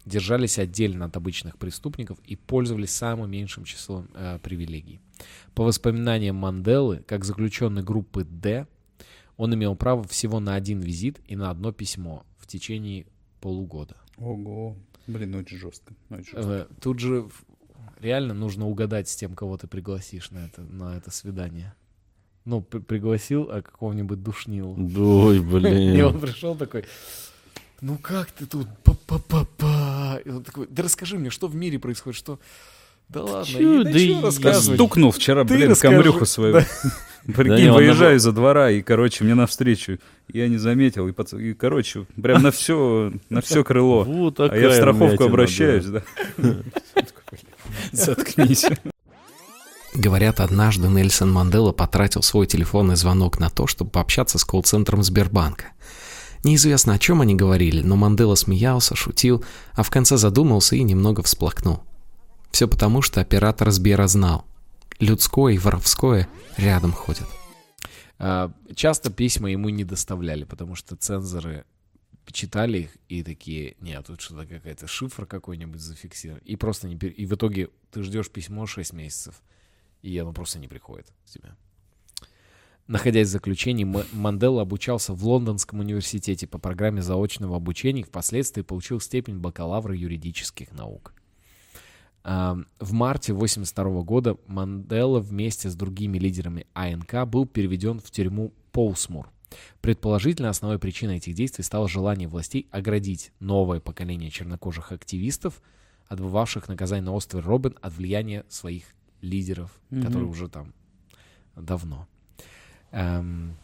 держались отдельно от обычных преступников и пользовались самым меньшим числом э, привилегий. По воспоминаниям Манделы, как заключенный группы «Д», он имел право всего на один визит и на одно письмо в течение полугода. Ого. Блин, ну очень жестко. Очень жестко. Э, тут же реально нужно угадать с тем, кого ты пригласишь на это, на это свидание. Ну, при- пригласил а какого-нибудь душнилу. Ой, блин. И он пришел такой: ну как ты тут? Па-па-па-па. И он такой: да расскажи мне, что в мире происходит, что... Да ладно, Чё, и, да да чё и- рассказывать? Стукнул вчера, Ты блин, расскажи. камрюху свою. Да. Да Прикинь, не, он выезжаю набо- из-за двора, и, короче, мне навстречу. Я не заметил, и, пац- и, короче, прям на все, на все крыло. Вот А такая я в страховку вмятина, обращаюсь, да. да. Заткнись. Говорят, однажды Нельсон Мандела потратил свой телефонный звонок на то, чтобы пообщаться с колл-центром Сбербанка. Неизвестно, о чем они говорили, но Мандела смеялся, шутил, а в конце задумался и немного всплакнул. Все потому, что оператор Сбера знал. Людское и воровское рядом ходят. А, часто письма ему не доставляли, потому что цензоры читали их и такие: нет, тут что-то какая-то шифр какой-нибудь зафиксирован. И просто не... пер- И в итоге ты ждешь письмо шесть месяцев, и оно просто не приходит к тебе. Находясь в заключении, М- Мандела обучался в Лондонском университете по программе заочного обучения и впоследствии получил степень бакалавра юридических наук. А, В марте восемьдесят второго года Мандела вместе с другими лидерами АНК был переведен в тюрьму Поусмур. Предположительно, основной причиной этих действий стало желание властей оградить новое поколение чернокожих активистов, отбывавших наказание на острове Робин, от влияния своих лидеров, Мгм. которые уже там давно. Эм,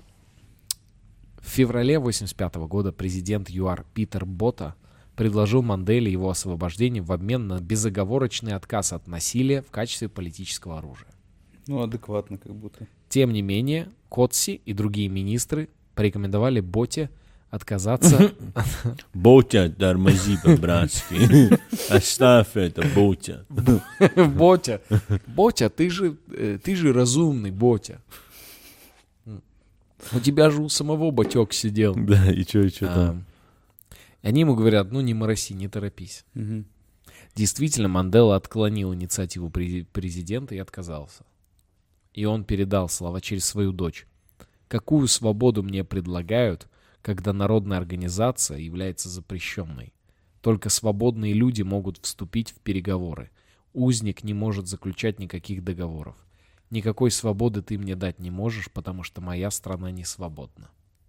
В феврале восемьдесят пятого года президент ЮАР Питер Бота предложил Манделе его освобождение в обмен на безоговорочный отказ от насилия в качестве политического оружия. Ну, адекватно как будто. Тем не менее, Котси и другие министры порекомендовали Боте отказаться... Ботя, тормози по-братски. Оставь это, Ботя. Ботя, Ботя, ты же, э, ты же разумный, Ботя. У тебя же у самого ботек сидел. Да, и чё, и чё А, там? и они ему говорят: ну не мороси, не торопись. Мгм. Действительно, Мандела отклонил инициативу прези- президента и отказался. И он передал слова через свою дочь: какую свободу мне предлагают, когда народная организация является запрещенной? Только свободные люди могут вступить в переговоры. Узник не может заключать никаких договоров. Никакой свободы ты мне дать не можешь, потому что моя страна не свободна.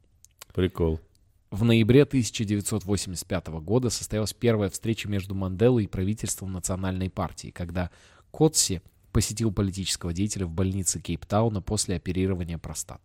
Прикол. В ноябре тысяча девятьсот восемьдесят пятого года состоялась первая встреча между Манделой и правительством национальной партии, когда Котси посетил политического деятеля в больнице Кейптауна после оперирования простаты.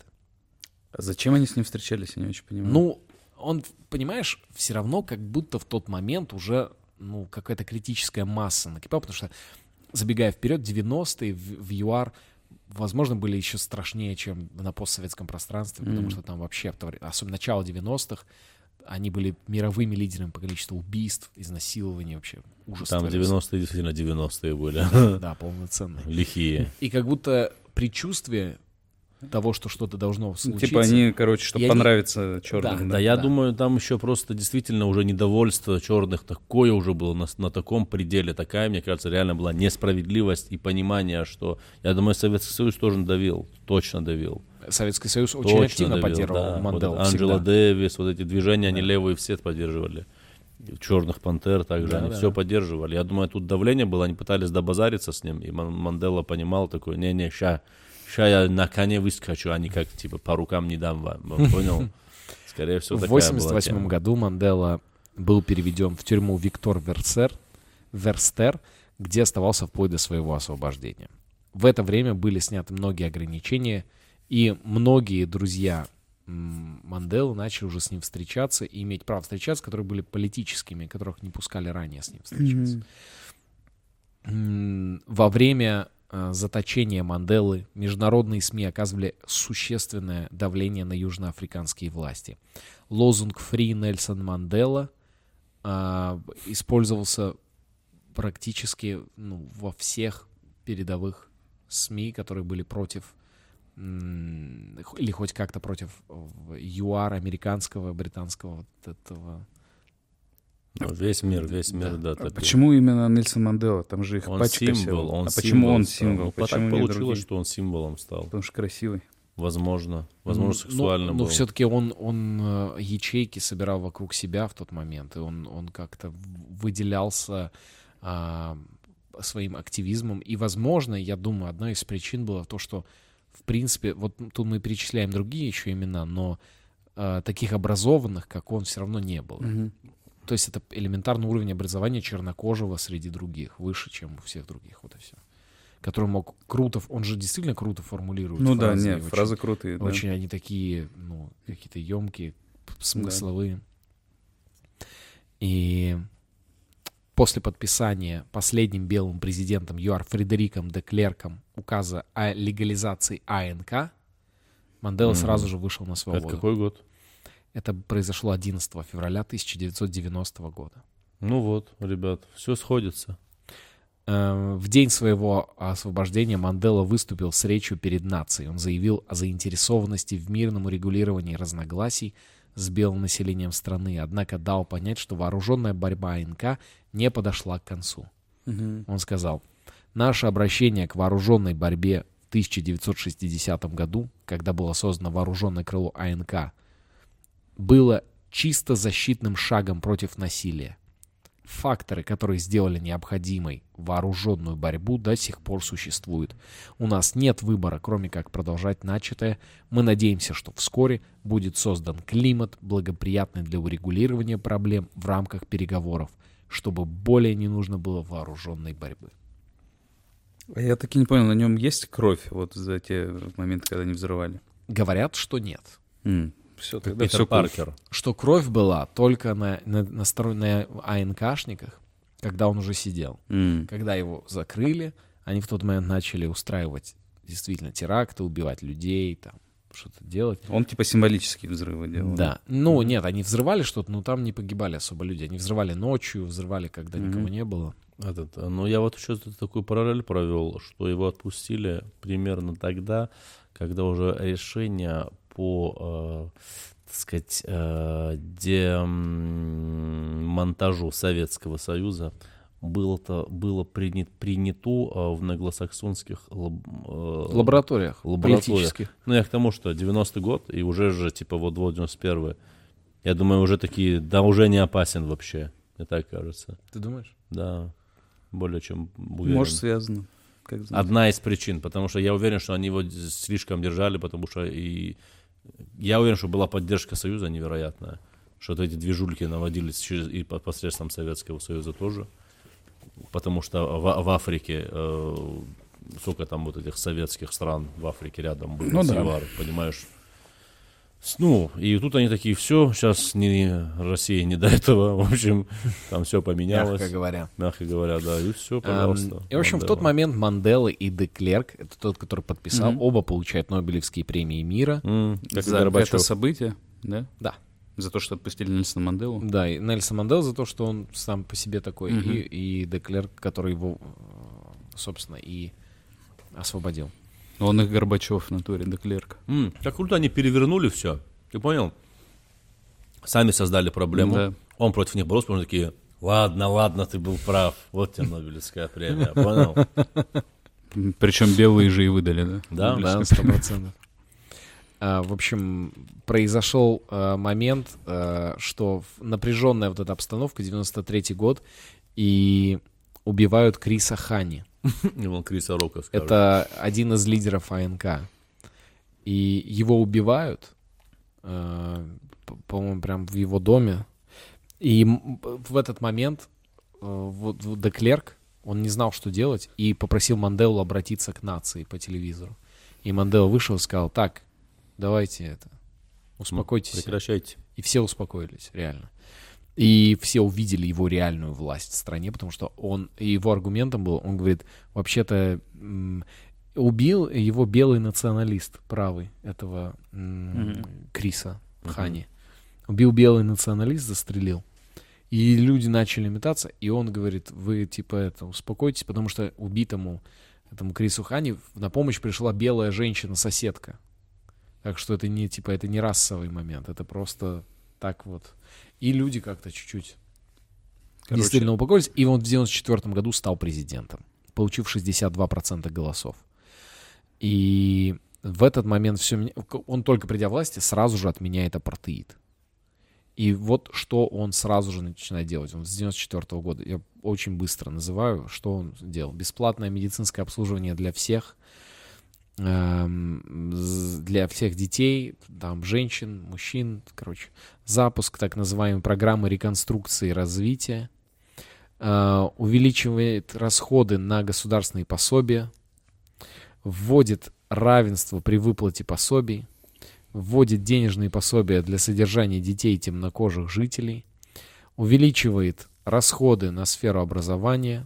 А зачем они с ним встречались, я не очень понимаю. Ну, он, понимаешь, все равно как будто в тот момент уже, ну, какая-то критическая масса накипала, потому что, забегая вперед, девяностые в, в ЮАР, возможно, были еще страшнее, чем на постсоветском пространстве, потому Мгм. что там вообще, особенно начало девяностых, они были мировыми лидерами по количеству убийств, изнасилований, вообще ужас. Там творился. девяностые действительно девяностые были. Да, полноценные. Лихие. И как будто предчувствие того, что что-то должно Ну, случиться. типа они, короче, И чтобы они- понравиться черным. Да, я думаю, там еще просто действительно уже недовольство черных такое уже было на, на таком пределе. Такая, мне кажется, реально была несправедливость и понимание, что, я думаю, Советский Союз тоже давил, точно давил. Советский Союз очень Точно активно давил, поддерживал да. Манделу. Вот Анджела всегда. Дэвис, вот эти движения, они левые все поддерживали. Черных пантер также, Да, они да. все поддерживали. Я думаю, тут давление было, они пытались добазариться с ним, и Ман- Мандела понимал такой, не-не, ща, ща я на коне выскочу, а не как, типа, по рукам не дам вам, понял? Скорее всего, В такая восемьдесят была восьмом тема. году Мандела был переведен в тюрьму Виктор Версер, Верстер, где оставался вплоть до своего освобождения. В это время были сняты многие ограничения, и многие друзья м, Манделы начали уже с ним встречаться и иметь право встречаться, которые были политическими, которых не пускали ранее с ним встречаться. М, Во время э, заточения Манделы международные СМИ оказывали существенное давление на южноафриканские власти. Лозунг «Free Nelson Mandela» а, использовался практически ну, во всех передовых СМИ, которые были против м, х- или хоть как-то против в, ЮАР, американского, британского вот этого Весь мир, весь мир, да. А такой. почему именно Нельсон Мандела? Там же их Он пачка символ, вся. он А почему символ он стал. символ? Ну, Почему так не получилось, другие? что он символом стал. Потому что красивый. Возможно. Возможно, сексуально Ну, был. все-таки он, он э, ячейки собирал вокруг себя в тот момент, и он, он как-то выделялся а, своим активизмом. И, возможно, я думаю, одна из причин была то, что, в принципе, вот тут мы перечисляем другие еще имена, но а, таких образованных, как он, все равно не было. Мгм. То есть это элементарный уровень образования чернокожего среди других, выше, чем у всех других, вот и все. Который мог круто, он же действительно круто формулирует Ну да, фразы, и не, очень- фразы крутые. да. Очень они такие, ну, какие-то емкие, смысловые. И после подписания последним белым президентом ЮАР Фредериком де Клерком указа о легализации АНК, Мандела Мгм. сразу же вышел на Это свободу. какой год? Это произошло одиннадцатого февраля тысяча девятьсот девяностого года. Ну вот, ребят, все сходится. Э, В день своего освобождения Мандела выступил с речью перед нацией. Он заявил о заинтересованности в мирном урегулировании разногласий с белым населением страны, однако дал понять, что вооруженная борьба АНК не подошла к концу. Мгм. Он сказал: «Наше обращение к вооруженной борьбе в тысяча девятьсот шестидесятом году, когда было создано вооруженное крыло АНК, было чисто защитным шагом против насилия. Факторы, которые сделали необходимой вооруженную борьбу, до сих пор существуют. У нас нет выбора, кроме как продолжать начатое. Мы надеемся, что вскоре будет создан климат, благоприятный для урегулирования проблем в рамках переговоров, чтобы более не нужно было вооруженной борьбы». А я таки не понял, на нем есть кровь вот за те моменты, когда они взрывали? Говорят, что нет. Все, Как тогда Питер все Паркер. Что кровь была только на, на, на, сторон- на АНКшниках, когда он уже сидел. Когда его закрыли, они в тот момент начали устраивать действительно теракты, убивать людей, там, что-то делать. Он типа символические взрывы делал. Да. Ну, нет, они взрывали что-то, но там не погибали особо люди. Они взрывали ночью, взрывали, когда Мгм. никого не было. Этот, ну, я вот еще такую параллель провел, что его отпустили примерно тогда, когда уже решение по, э, так сказать, э, демонтажу Советского Союза было-то, было принят, принято э, в англосаксонских лаб, э, Лабораториях, лабораториях. политических. Ну, я к тому, что девяностый год, и уже же, типа, вот девяносто первый, я думаю, уже такие, да, уже не опасен вообще, мне так кажется. Ты думаешь? Да, более чем уверен. Может, связано. Как знать. Одна из причин, потому что я уверен, что они его слишком держали, потому что и я уверен, что была поддержка Союза невероятная, что вот эти движульки наводились через, и по- посредством Советского Союза тоже, потому что в, в Африке э, сколько там вот этих советских стран в Африке рядом было, Ну с да. ЮАР, понимаешь? С- Ну, и тут они такие, все, сейчас не Россия не до этого, в общем, там все поменялось. Мягко говоря. Мягко говоря, да, и все, Эм, пожалуйста. И, в общем, в Мандела. тот момент Мандела и де Клерк, это тот, который подписал, Мгм. оба получают Нобелевские премии мира. М, как и За Горбачев. это событие, да? Да. За то, что отпустили Нельсона Манделу? Да, и Нельсон Мандела за то, что он сам по себе такой, Мгм. и, и де Клерк, который его, э, собственно, и освободил. Он их Горбачев в натуре, де Клерк. М, как круто они перевернули все. Ты понял? Сами создали проблему. Да. Он против них боролся, потому что такие, ладно, ладно, ты был прав. Вот тебе Нобелевская премия. Понял? Причем белые же и выдали, да? Да? Да, сто процентов. А, в общем, произошел а, момент, а, что в- напряженная вот эта обстановка, девяносто третий год, и убивают Криса Хани. И вон Криса Рока скажет. Это один из лидеров АНК. И его убивают, э, п- по-моему, прям в его доме. И м- в этот момент э, вот вот де Клерк, он не знал, что делать, и попросил Манделу обратиться к нации по телевизору. И Мандела вышел и сказал: так, давайте это, успокойтесь. Прекращайте. И все успокоились, реально. И все увидели его реальную власть в стране, потому что он, и его аргументом был, он говорит, вообще-то м, убил его белый националист, правый, этого м, Мгм. Криса Хани. Убил белый националист, застрелил. И люди начали метаться, и он говорит, вы типа это, успокойтесь, потому что убитому этому Крису Хани на помощь пришла белая женщина-соседка. Так что это не типа, это не расовый момент, это просто так вот. И люди как-то чуть-чуть Короче. Действительно упокоились. И он в девяносто четвёртом году стал президентом, получив шестьдесят два процента голосов. И в этот момент все... Он только придя к власти, сразу же отменяет апартеид. И вот что он сразу же начинает делать. Он с девяносто четвёртого года, я очень быстро называю, что он делал. Бесплатное медицинское обслуживание для всех, эм, для всех детей, там, женщин, мужчин, короче. Запуск так называемой программы реконструкции и развития. Э, увеличивает расходы на государственные пособия. Вводит равенство при выплате пособий. Вводит денежные пособия для содержания детей темнокожих жителей, увеличивает расходы на сферу образования,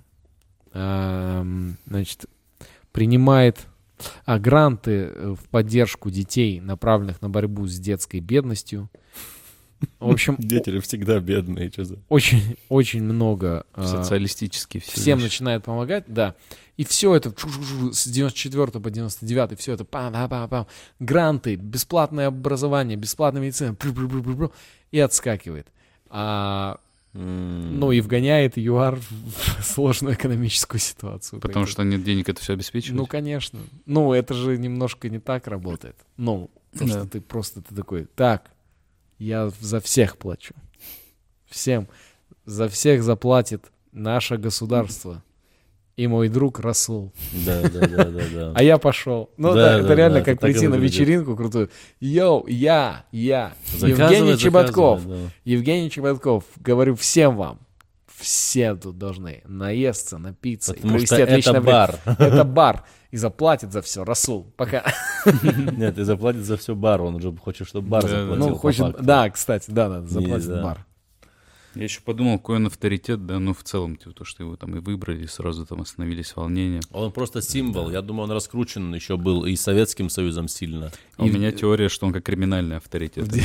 эм, значит, принимает а, гранты в поддержку детей, направленных на борьбу с детской бедностью. В общем, Дети всегда бедные, что за... Очень, очень много... э, Социалистические все. Всем вещи. начинает помогать, да. И все это с девяносто четвёртого по девяносто девятый, все это пам-пам-пам, гранты, бесплатное образование, бесплатная медицина, и отскакивает. А, М. ну и вгоняет ЮАР в сложную экономическую ситуацию. Потому Поэтому- что нет денег это все обеспечивать. Ну, конечно. Ну, это же немножко не так работает. Ну, то, Да. что ты просто ты такой, так, я за всех плачу. Всем. За всех заплатит наше государство. И мой друг Расул. Да, да, да, да, да. А я пошел. Ну Да, да, да, это да, реально это как так и прийти на выглядит. вечеринку крутую. Йоу, я, я, Заказывай, Евгений Чеботков. заказывай, да. Евгений Чеботков. Говорю всем вам. Все тут должны наесться, напиться и Потому провести что отличное это время. бар. Это бар. И заплатит за все. Расул. Пока. Нет, и заплатит за все бар, он уже хочет, чтобы бар Да, да. заплатил. Ну, по хочет... факту. Да, кстати, да, да, заплатит да. бар. Я еще подумал, какой он авторитет, да, ну в целом, типа, то, что его там и выбрали, и сразу там остановились волнения. Он просто символ. Я думаю, он раскручен еще был и Советским Союзом сильно. А у меня теория, что он как криминальный авторитет. В де-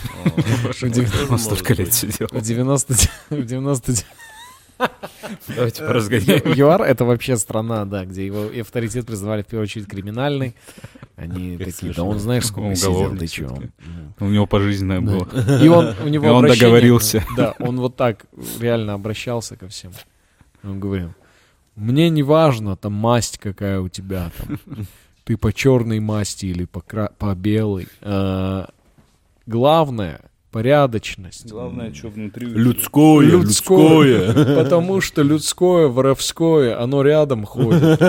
Он столько лет сидел. В девяносто... В девяносто... Давайте поразгоняем. ЮАР — это вообще страна, да, где его и авторитет признавали в первую очередь криминальный. Они такие, да смешно. он знаешь, сколько сидел, Уголовник ты чё? всё-таки. У него пожизненное было. И он, у него И он обращение- договорился. Да, он вот так реально обращался ко всем. Он говорил, мне не важно, там масть какая у тебя, там, ты по черной масти или по, кра- по белой. А, главное — порядочность. Главное, что внутри. Людское, людское. Потому что людское, воровское, оно рядом ходит.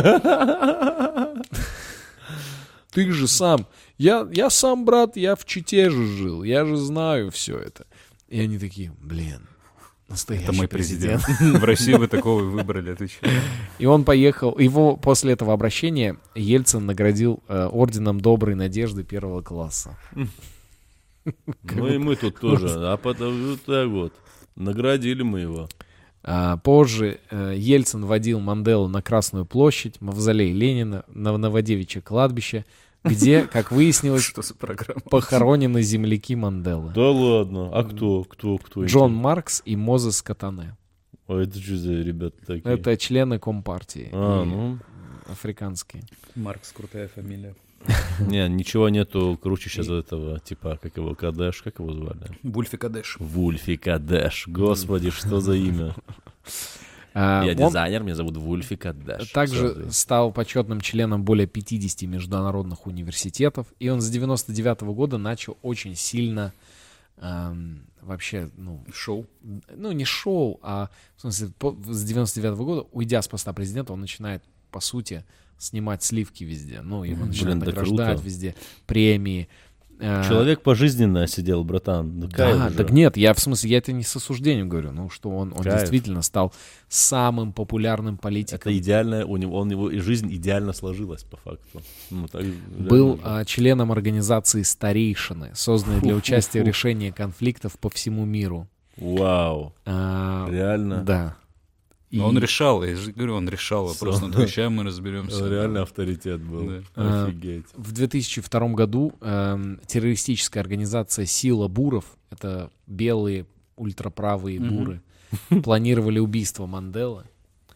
Ты же сам. Я, я сам, брат, я в Чите же жил. Я же знаю все это. И они такие, блин, настоящий Это мой президент. президент. В России вы такого выбрали, отвечаю. И он поехал. Его после этого обращения Ельцин наградил э, орденом Доброй Надежды первого класса. Ну и мы тут тоже. А потом вот так вот. Наградили мы его. А, позже э, Ельцин водил Манделу на Красную площадь, мавзолей Ленина, на Новодевичье кладбище, где, как выяснилось, Что за программа? похоронены земляки Манделы. Да ладно. А кто? Кто? Кто? Джон Маркс и Мозес Катане. А это что за ребята такие? Это члены Компартии. А, И ну. Африканские. Маркс, крутая фамилия. Не, ничего нету круче сейчас этого, типа, как его, Кадеш, как его звали? Вульфи Кадеш. Вульфи Кадеш. Господи, что за имя? А, Я он дизайнер, меня зовут Вульфи Кадеш. также Sorry. стал почетным членом более пятидесяти международных университетов. И он с девяносто девятого года начал очень сильно эм, вообще, ну, Шоу. ну, не шоу, а в смысле, по- с девяносто девятого года, уйдя с поста президента, он начинает, по сути, снимать сливки везде. Ну, его начинают Блин, да награждать круто. везде, премии. Э, Человек пожизненно сидел, братан. Ну, кайф Да, же. так нет, я в смысле, я это не с осуждением говорю, ну, что он, он Кайф. действительно стал самым популярным политиком. Это идеально, у него, у него и жизнь идеально сложилась, по факту. Ну, так Был реально же. а, членом организации «Старейшины», созданной для участия в решении конфликтов по всему миру. Вау, А, реально? Да. И, Но он решал, я же говорю, он решал вопрос над вещами, мы разберемся. Он реально авторитет был. Да. А, Офигеть. в две тысячи втором году эм, террористическая организация «Сила буров», это белые ультраправые Мгм. буры, планировали убийство Манделы.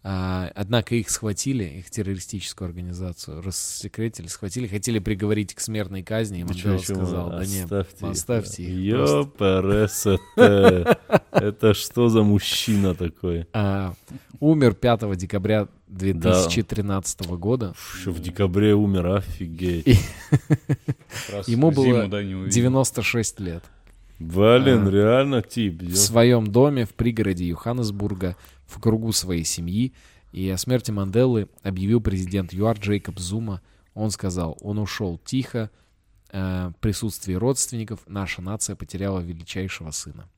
А, однако их схватили, их террористическую организацию, рассекретили, схватили, хотели приговорить к смертной казни, и Мандела сказал, да нет, оставьте их. Ёпарасоте. Это что за мужчина такой? А, умер пятого декабря две тысячи тринадцатого года. Что в декабре умер, офигеть. Ему было девяносто шесть лет. Блин, реально тип. В своем доме в пригороде Йоханнесбурга, в кругу своей семьи, и о смерти Манделы объявил президент ЮАР Джейкоб Зума. Он сказал, он ушел тихо, э, в присутствии родственников, наша нация потеряла величайшего сына.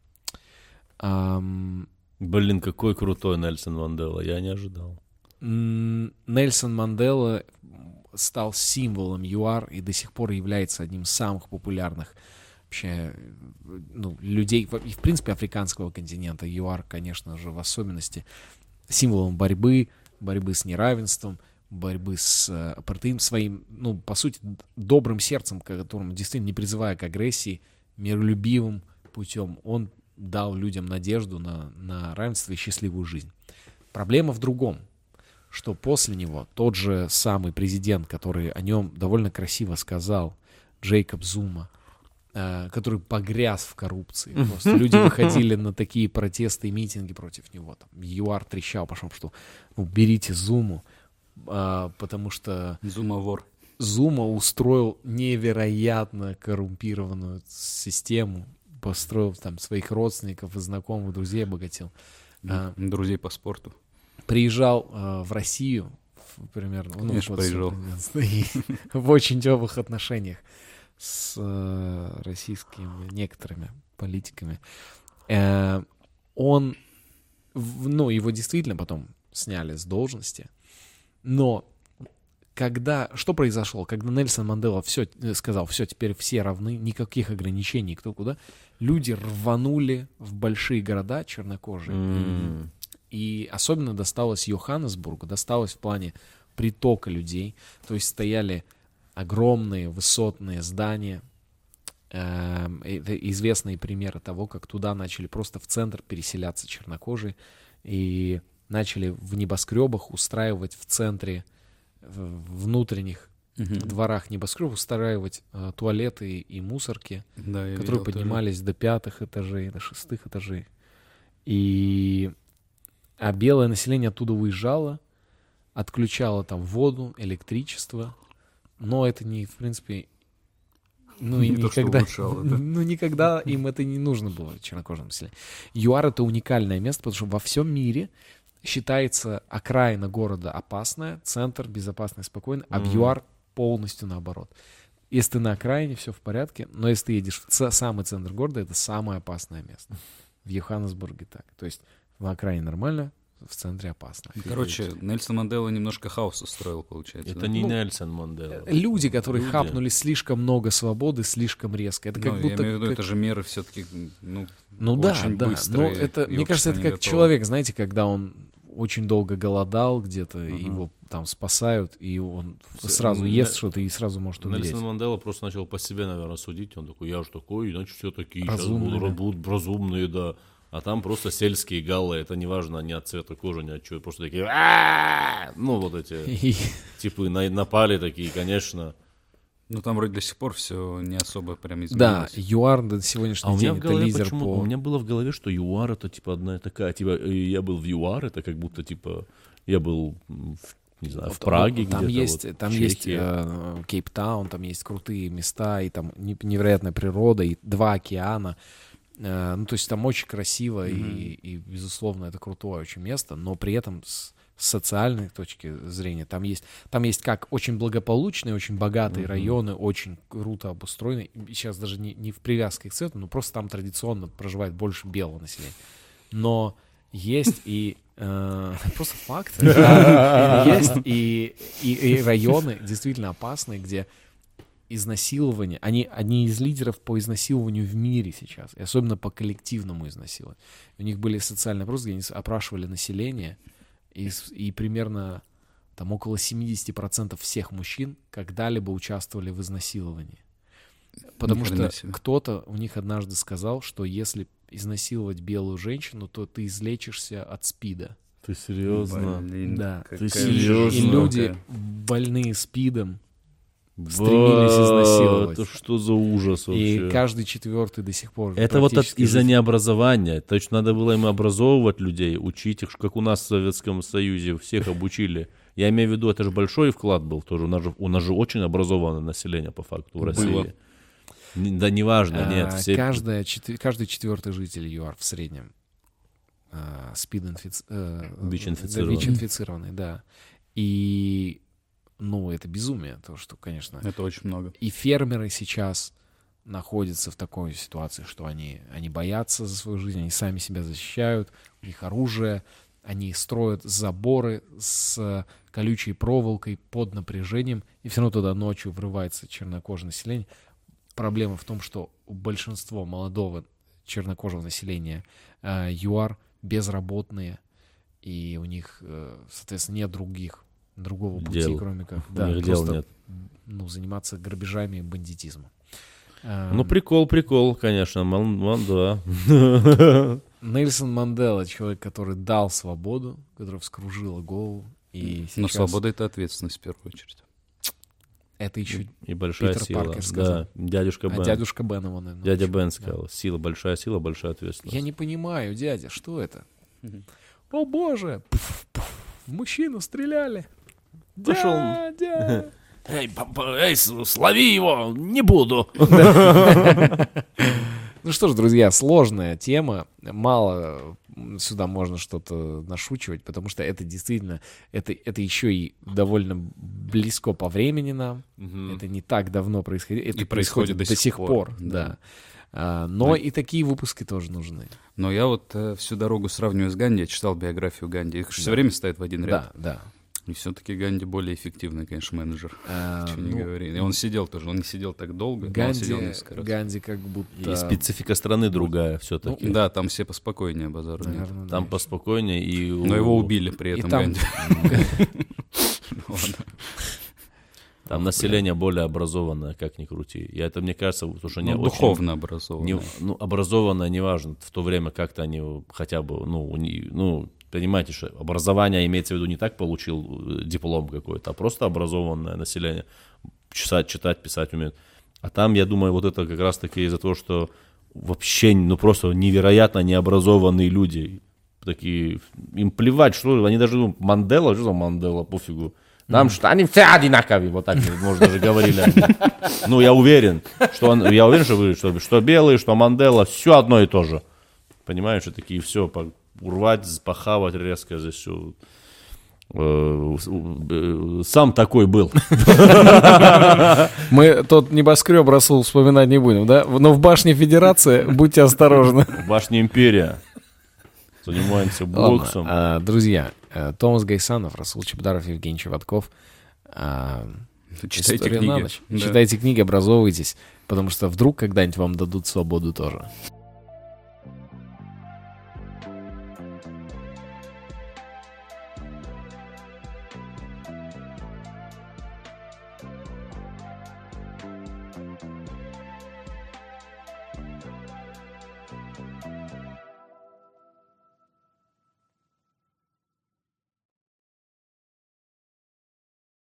Ам... Блин, какой крутой Нельсон Мандела, я не ожидал. Нельсон Мандела стал символом ЮАР и до сих пор является одним из самых популярных вообще, ну, людей, и в принципе африканского континента, ЮАР, конечно же, в особенности, символом борьбы, борьбы с неравенством, борьбы с апартеидом, своим, ну, по сути, добрым сердцем, которым, действительно, не призывая к агрессии, миролюбивым путем, он дал людям надежду на, на равенство и счастливую жизнь. Проблема в другом, что после него тот же самый президент, который о нем довольно красиво сказал, Джейкоб Зума, который погряз в коррупции. Просто люди выходили на такие протесты и митинги против него. Там ЮАР трещал, пошел, что уберите Зуму, а, потому что Зума вор. Зума устроил невероятно коррумпированную систему, построил там своих родственников и знакомых, друзей обогатил. А, друзей по спорту. Приезжал а, в Россию, примерно. Конечно, ну, приезжал. В очень теплых отношениях с э, российскими некоторыми политиками. Э, он, в, ну, его действительно потом сняли с должности, но когда, что произошло, когда Нельсон Мандела все, сказал, все, теперь все равны, никаких ограничений, кто куда, люди рванули в большие города чернокожие. Mm. И особенно досталось Йоханнесбургу, досталось в плане притока людей, то есть стояли огромные высотные здания. Это известные примеры того, как туда начали просто в центр переселяться чернокожие и начали в небоскребах устраивать в центре, в внутренних uh-huh. дворах небоскребов устраивать э, туалеты и мусорки, да, которые поднимались тоже до пятых этажей, до шестых этажей. И... А белое население оттуда уезжало, отключало там воду, электричество. Но это не, в принципе, ну, и никогда, улучшало, да? ну, никогда им это не нужно было, чернокожим населением. ЮАР — это уникальное место, потому что во всем мире считается окраина города опасная, центр безопасный, спокойный, а в ЮАР полностью наоборот. Если ты на окраине, все в порядке, но если ты едешь в ц- самый центр города, это самое опасное место. В Йоханнесбурге так. То есть в окраине нормально, в центре опасно. Короче, Нельсон Мандела немножко хаос устроил, получается. Это да? не ну, Нельсон Мандела. Люди, которые люди. хапнули слишком много свободы, слишком резко. Это как ну, будто... Я имею в виду, как... это же меры все-таки, ну, ну очень да, быстрые. Да, но это, мне кажется, это как готовы. человек, знаете, когда он очень долго голодал где-то, uh-huh. его там спасают, и он Все, сразу ну, ест что-то и сразу может умереть. Нельсон Мандела просто начал по себе, наверное, судить. Он такой, я же такой, иначе все такие, разумные, сейчас будут, да. будут разумные, да. А там просто сельские галлы, это не важно ни от цвета кожи, ни от чего, просто такие, ну вот эти типы напали такие, конечно. Ну там вроде до сих пор все не особо прям изменилось. Да, ЮАР до сегодняшний а день это лидер по... У меня было в голове, что ЮАР это типа одна такая, типа я был в ЮАР, это как будто типа я был в, не знаю, в Праге там где-то. Есть, вот, там есть э, Кейптаун, там есть крутые места, и там невероятная природа, и два океана. Ну, то есть там очень красиво, mm-hmm. и, и, безусловно, это крутое очень место, но при этом с, с социальной точки зрения там есть, там есть как очень благополучные, очень богатые mm-hmm. районы, очень круто обустроены. Сейчас даже не, не в привязке к цвету, но просто там традиционно проживает больше белого населения. Но есть и... Просто факт. Есть и районы действительно опасные, где... изнасилование, они одни из лидеров по изнасилованию в мире сейчас, и особенно по коллективному изнасилованию. У них были социальные опросы, где они опрашивали население, и, и примерно там около семьдесят процентов всех мужчин когда-либо участвовали в изнасиловании. Потому что кто-то у них однажды сказал, что если изнасиловать белую женщину, то ты излечишься от СПИДа. Ты серьезно? Блин, Да. Ты какая серьезно? И люди, жестокая. больные СПИДом, стремились Ба, изнасиловать. Это что за ужас вообще? И каждый четвертый до сих пор. Это вот от- практически из-за жив. необразования. То есть надо было им образовывать людей, учить их, как у нас в Советском Союзе всех обучили. Я имею в виду, это же большой вклад был тоже. У нас же, у нас же очень образованное население по факту в России. Было. Не- Да неважно, нет. А, Все... каждая четвер- каждый четвертый житель ЮАР в среднем а, СПИД-инфици- э, ВИЧ-инфицированный. да, ВИЧ-инфицированный, да. И, ну, это безумие, то, что, конечно... Это очень много. И фермеры сейчас находятся в такой ситуации, что они, они боятся за свою жизнь, они сами себя защищают, у них оружие, они строят заборы с колючей проволокой под напряжением, и все равно туда ночью врывается чернокожее население. Проблема в том, что большинство молодого чернокожего населения э, ЮАР безработные, и у них, э, соответственно, нет других, другого пути, Дел. кроме как У да, них дел просто, нет. ну, заниматься грабежами и бандитизмом. Э, Ну, прикол, прикол, конечно. Ман- ман- да. Нельсон Мандела, человек, который дал свободу, который вскружил голову. И Но сейчас свобода — это ответственность в первую очередь. это еще И большая Питер сила. Паркер сказал. Да, дядюшка а Бен. дядюшка Бен его, наверное, Дядя научил. Бен Да. сказал. Сила, большая сила, большая ответственность. Я не понимаю, дядя, что это? О боже! Пф, пф, в мужчину стреляли. Пошел. Дядя! Эй, папа, эй, слови его, не буду. Ну что ж, друзья, сложная тема. Мало сюда можно что-то нашучивать, потому что это действительно, это, это еще и довольно близко по времени нам. Это не так давно происходило. Это И происходит до сих пор. Да. А, но и такие выпуски тоже нужны. Но я вот э, всю дорогу сравниваю с Ганди, я читал биографию Ганди. Их же все время ставят в один ряд. Да, да. И все-таки Ганди более эффективный, конечно, менеджер. А, Чего не ну, говори. И он сидел тоже, он не сидел так долго, но он Ганди, сидел несколько раз. Ганди как будто... И специфика страны другая все-таки. Да, там все поспокойнее базару нет. Наверное, да. Там поспокойнее. И у- Но его убили при И этом там- Ганди. Ладно. Там население более образованное, как ни крути. И это, мне кажется, потому что они Ну, очень- духовно образованный. не- ну, образованное, неважно, в то время как-то они хотя бы, ну, у ни- ну, понимаете, что образование имеется в виду не так получил э, диплом какой-то, а просто образованное население. Читать, читать, писать умеют. А там, я думаю, вот это как раз-таки из-за того, что вообще, ну, просто невероятно необразованные люди. Такие, им плевать, что они даже, ну, Мандела, что за Мандела, пофигу. Нам что, они все одинаковые, вот так, может, даже говорили они. Ну, я уверен, что он, я уверен, что вы, что, что белые, что Мандела, все одно и то же. Понимаешь, что такие все, по- урвать, похавать резко здесь все. Э, э, Сам такой был. Мы тот небоскреб, Расул, вспоминать не будем, да? Но в башне Федерации будьте осторожны. Башня Империя. Занимаемся Ладно, боксом. а, друзья, э, Томас Гайсанов, Расул Чебдаров, Евгений Чеботков. А, Читайте история на книги. ночь. Да. Читайте книги, образовывайтесь, потому что вдруг когда-нибудь вам дадут свободу тоже.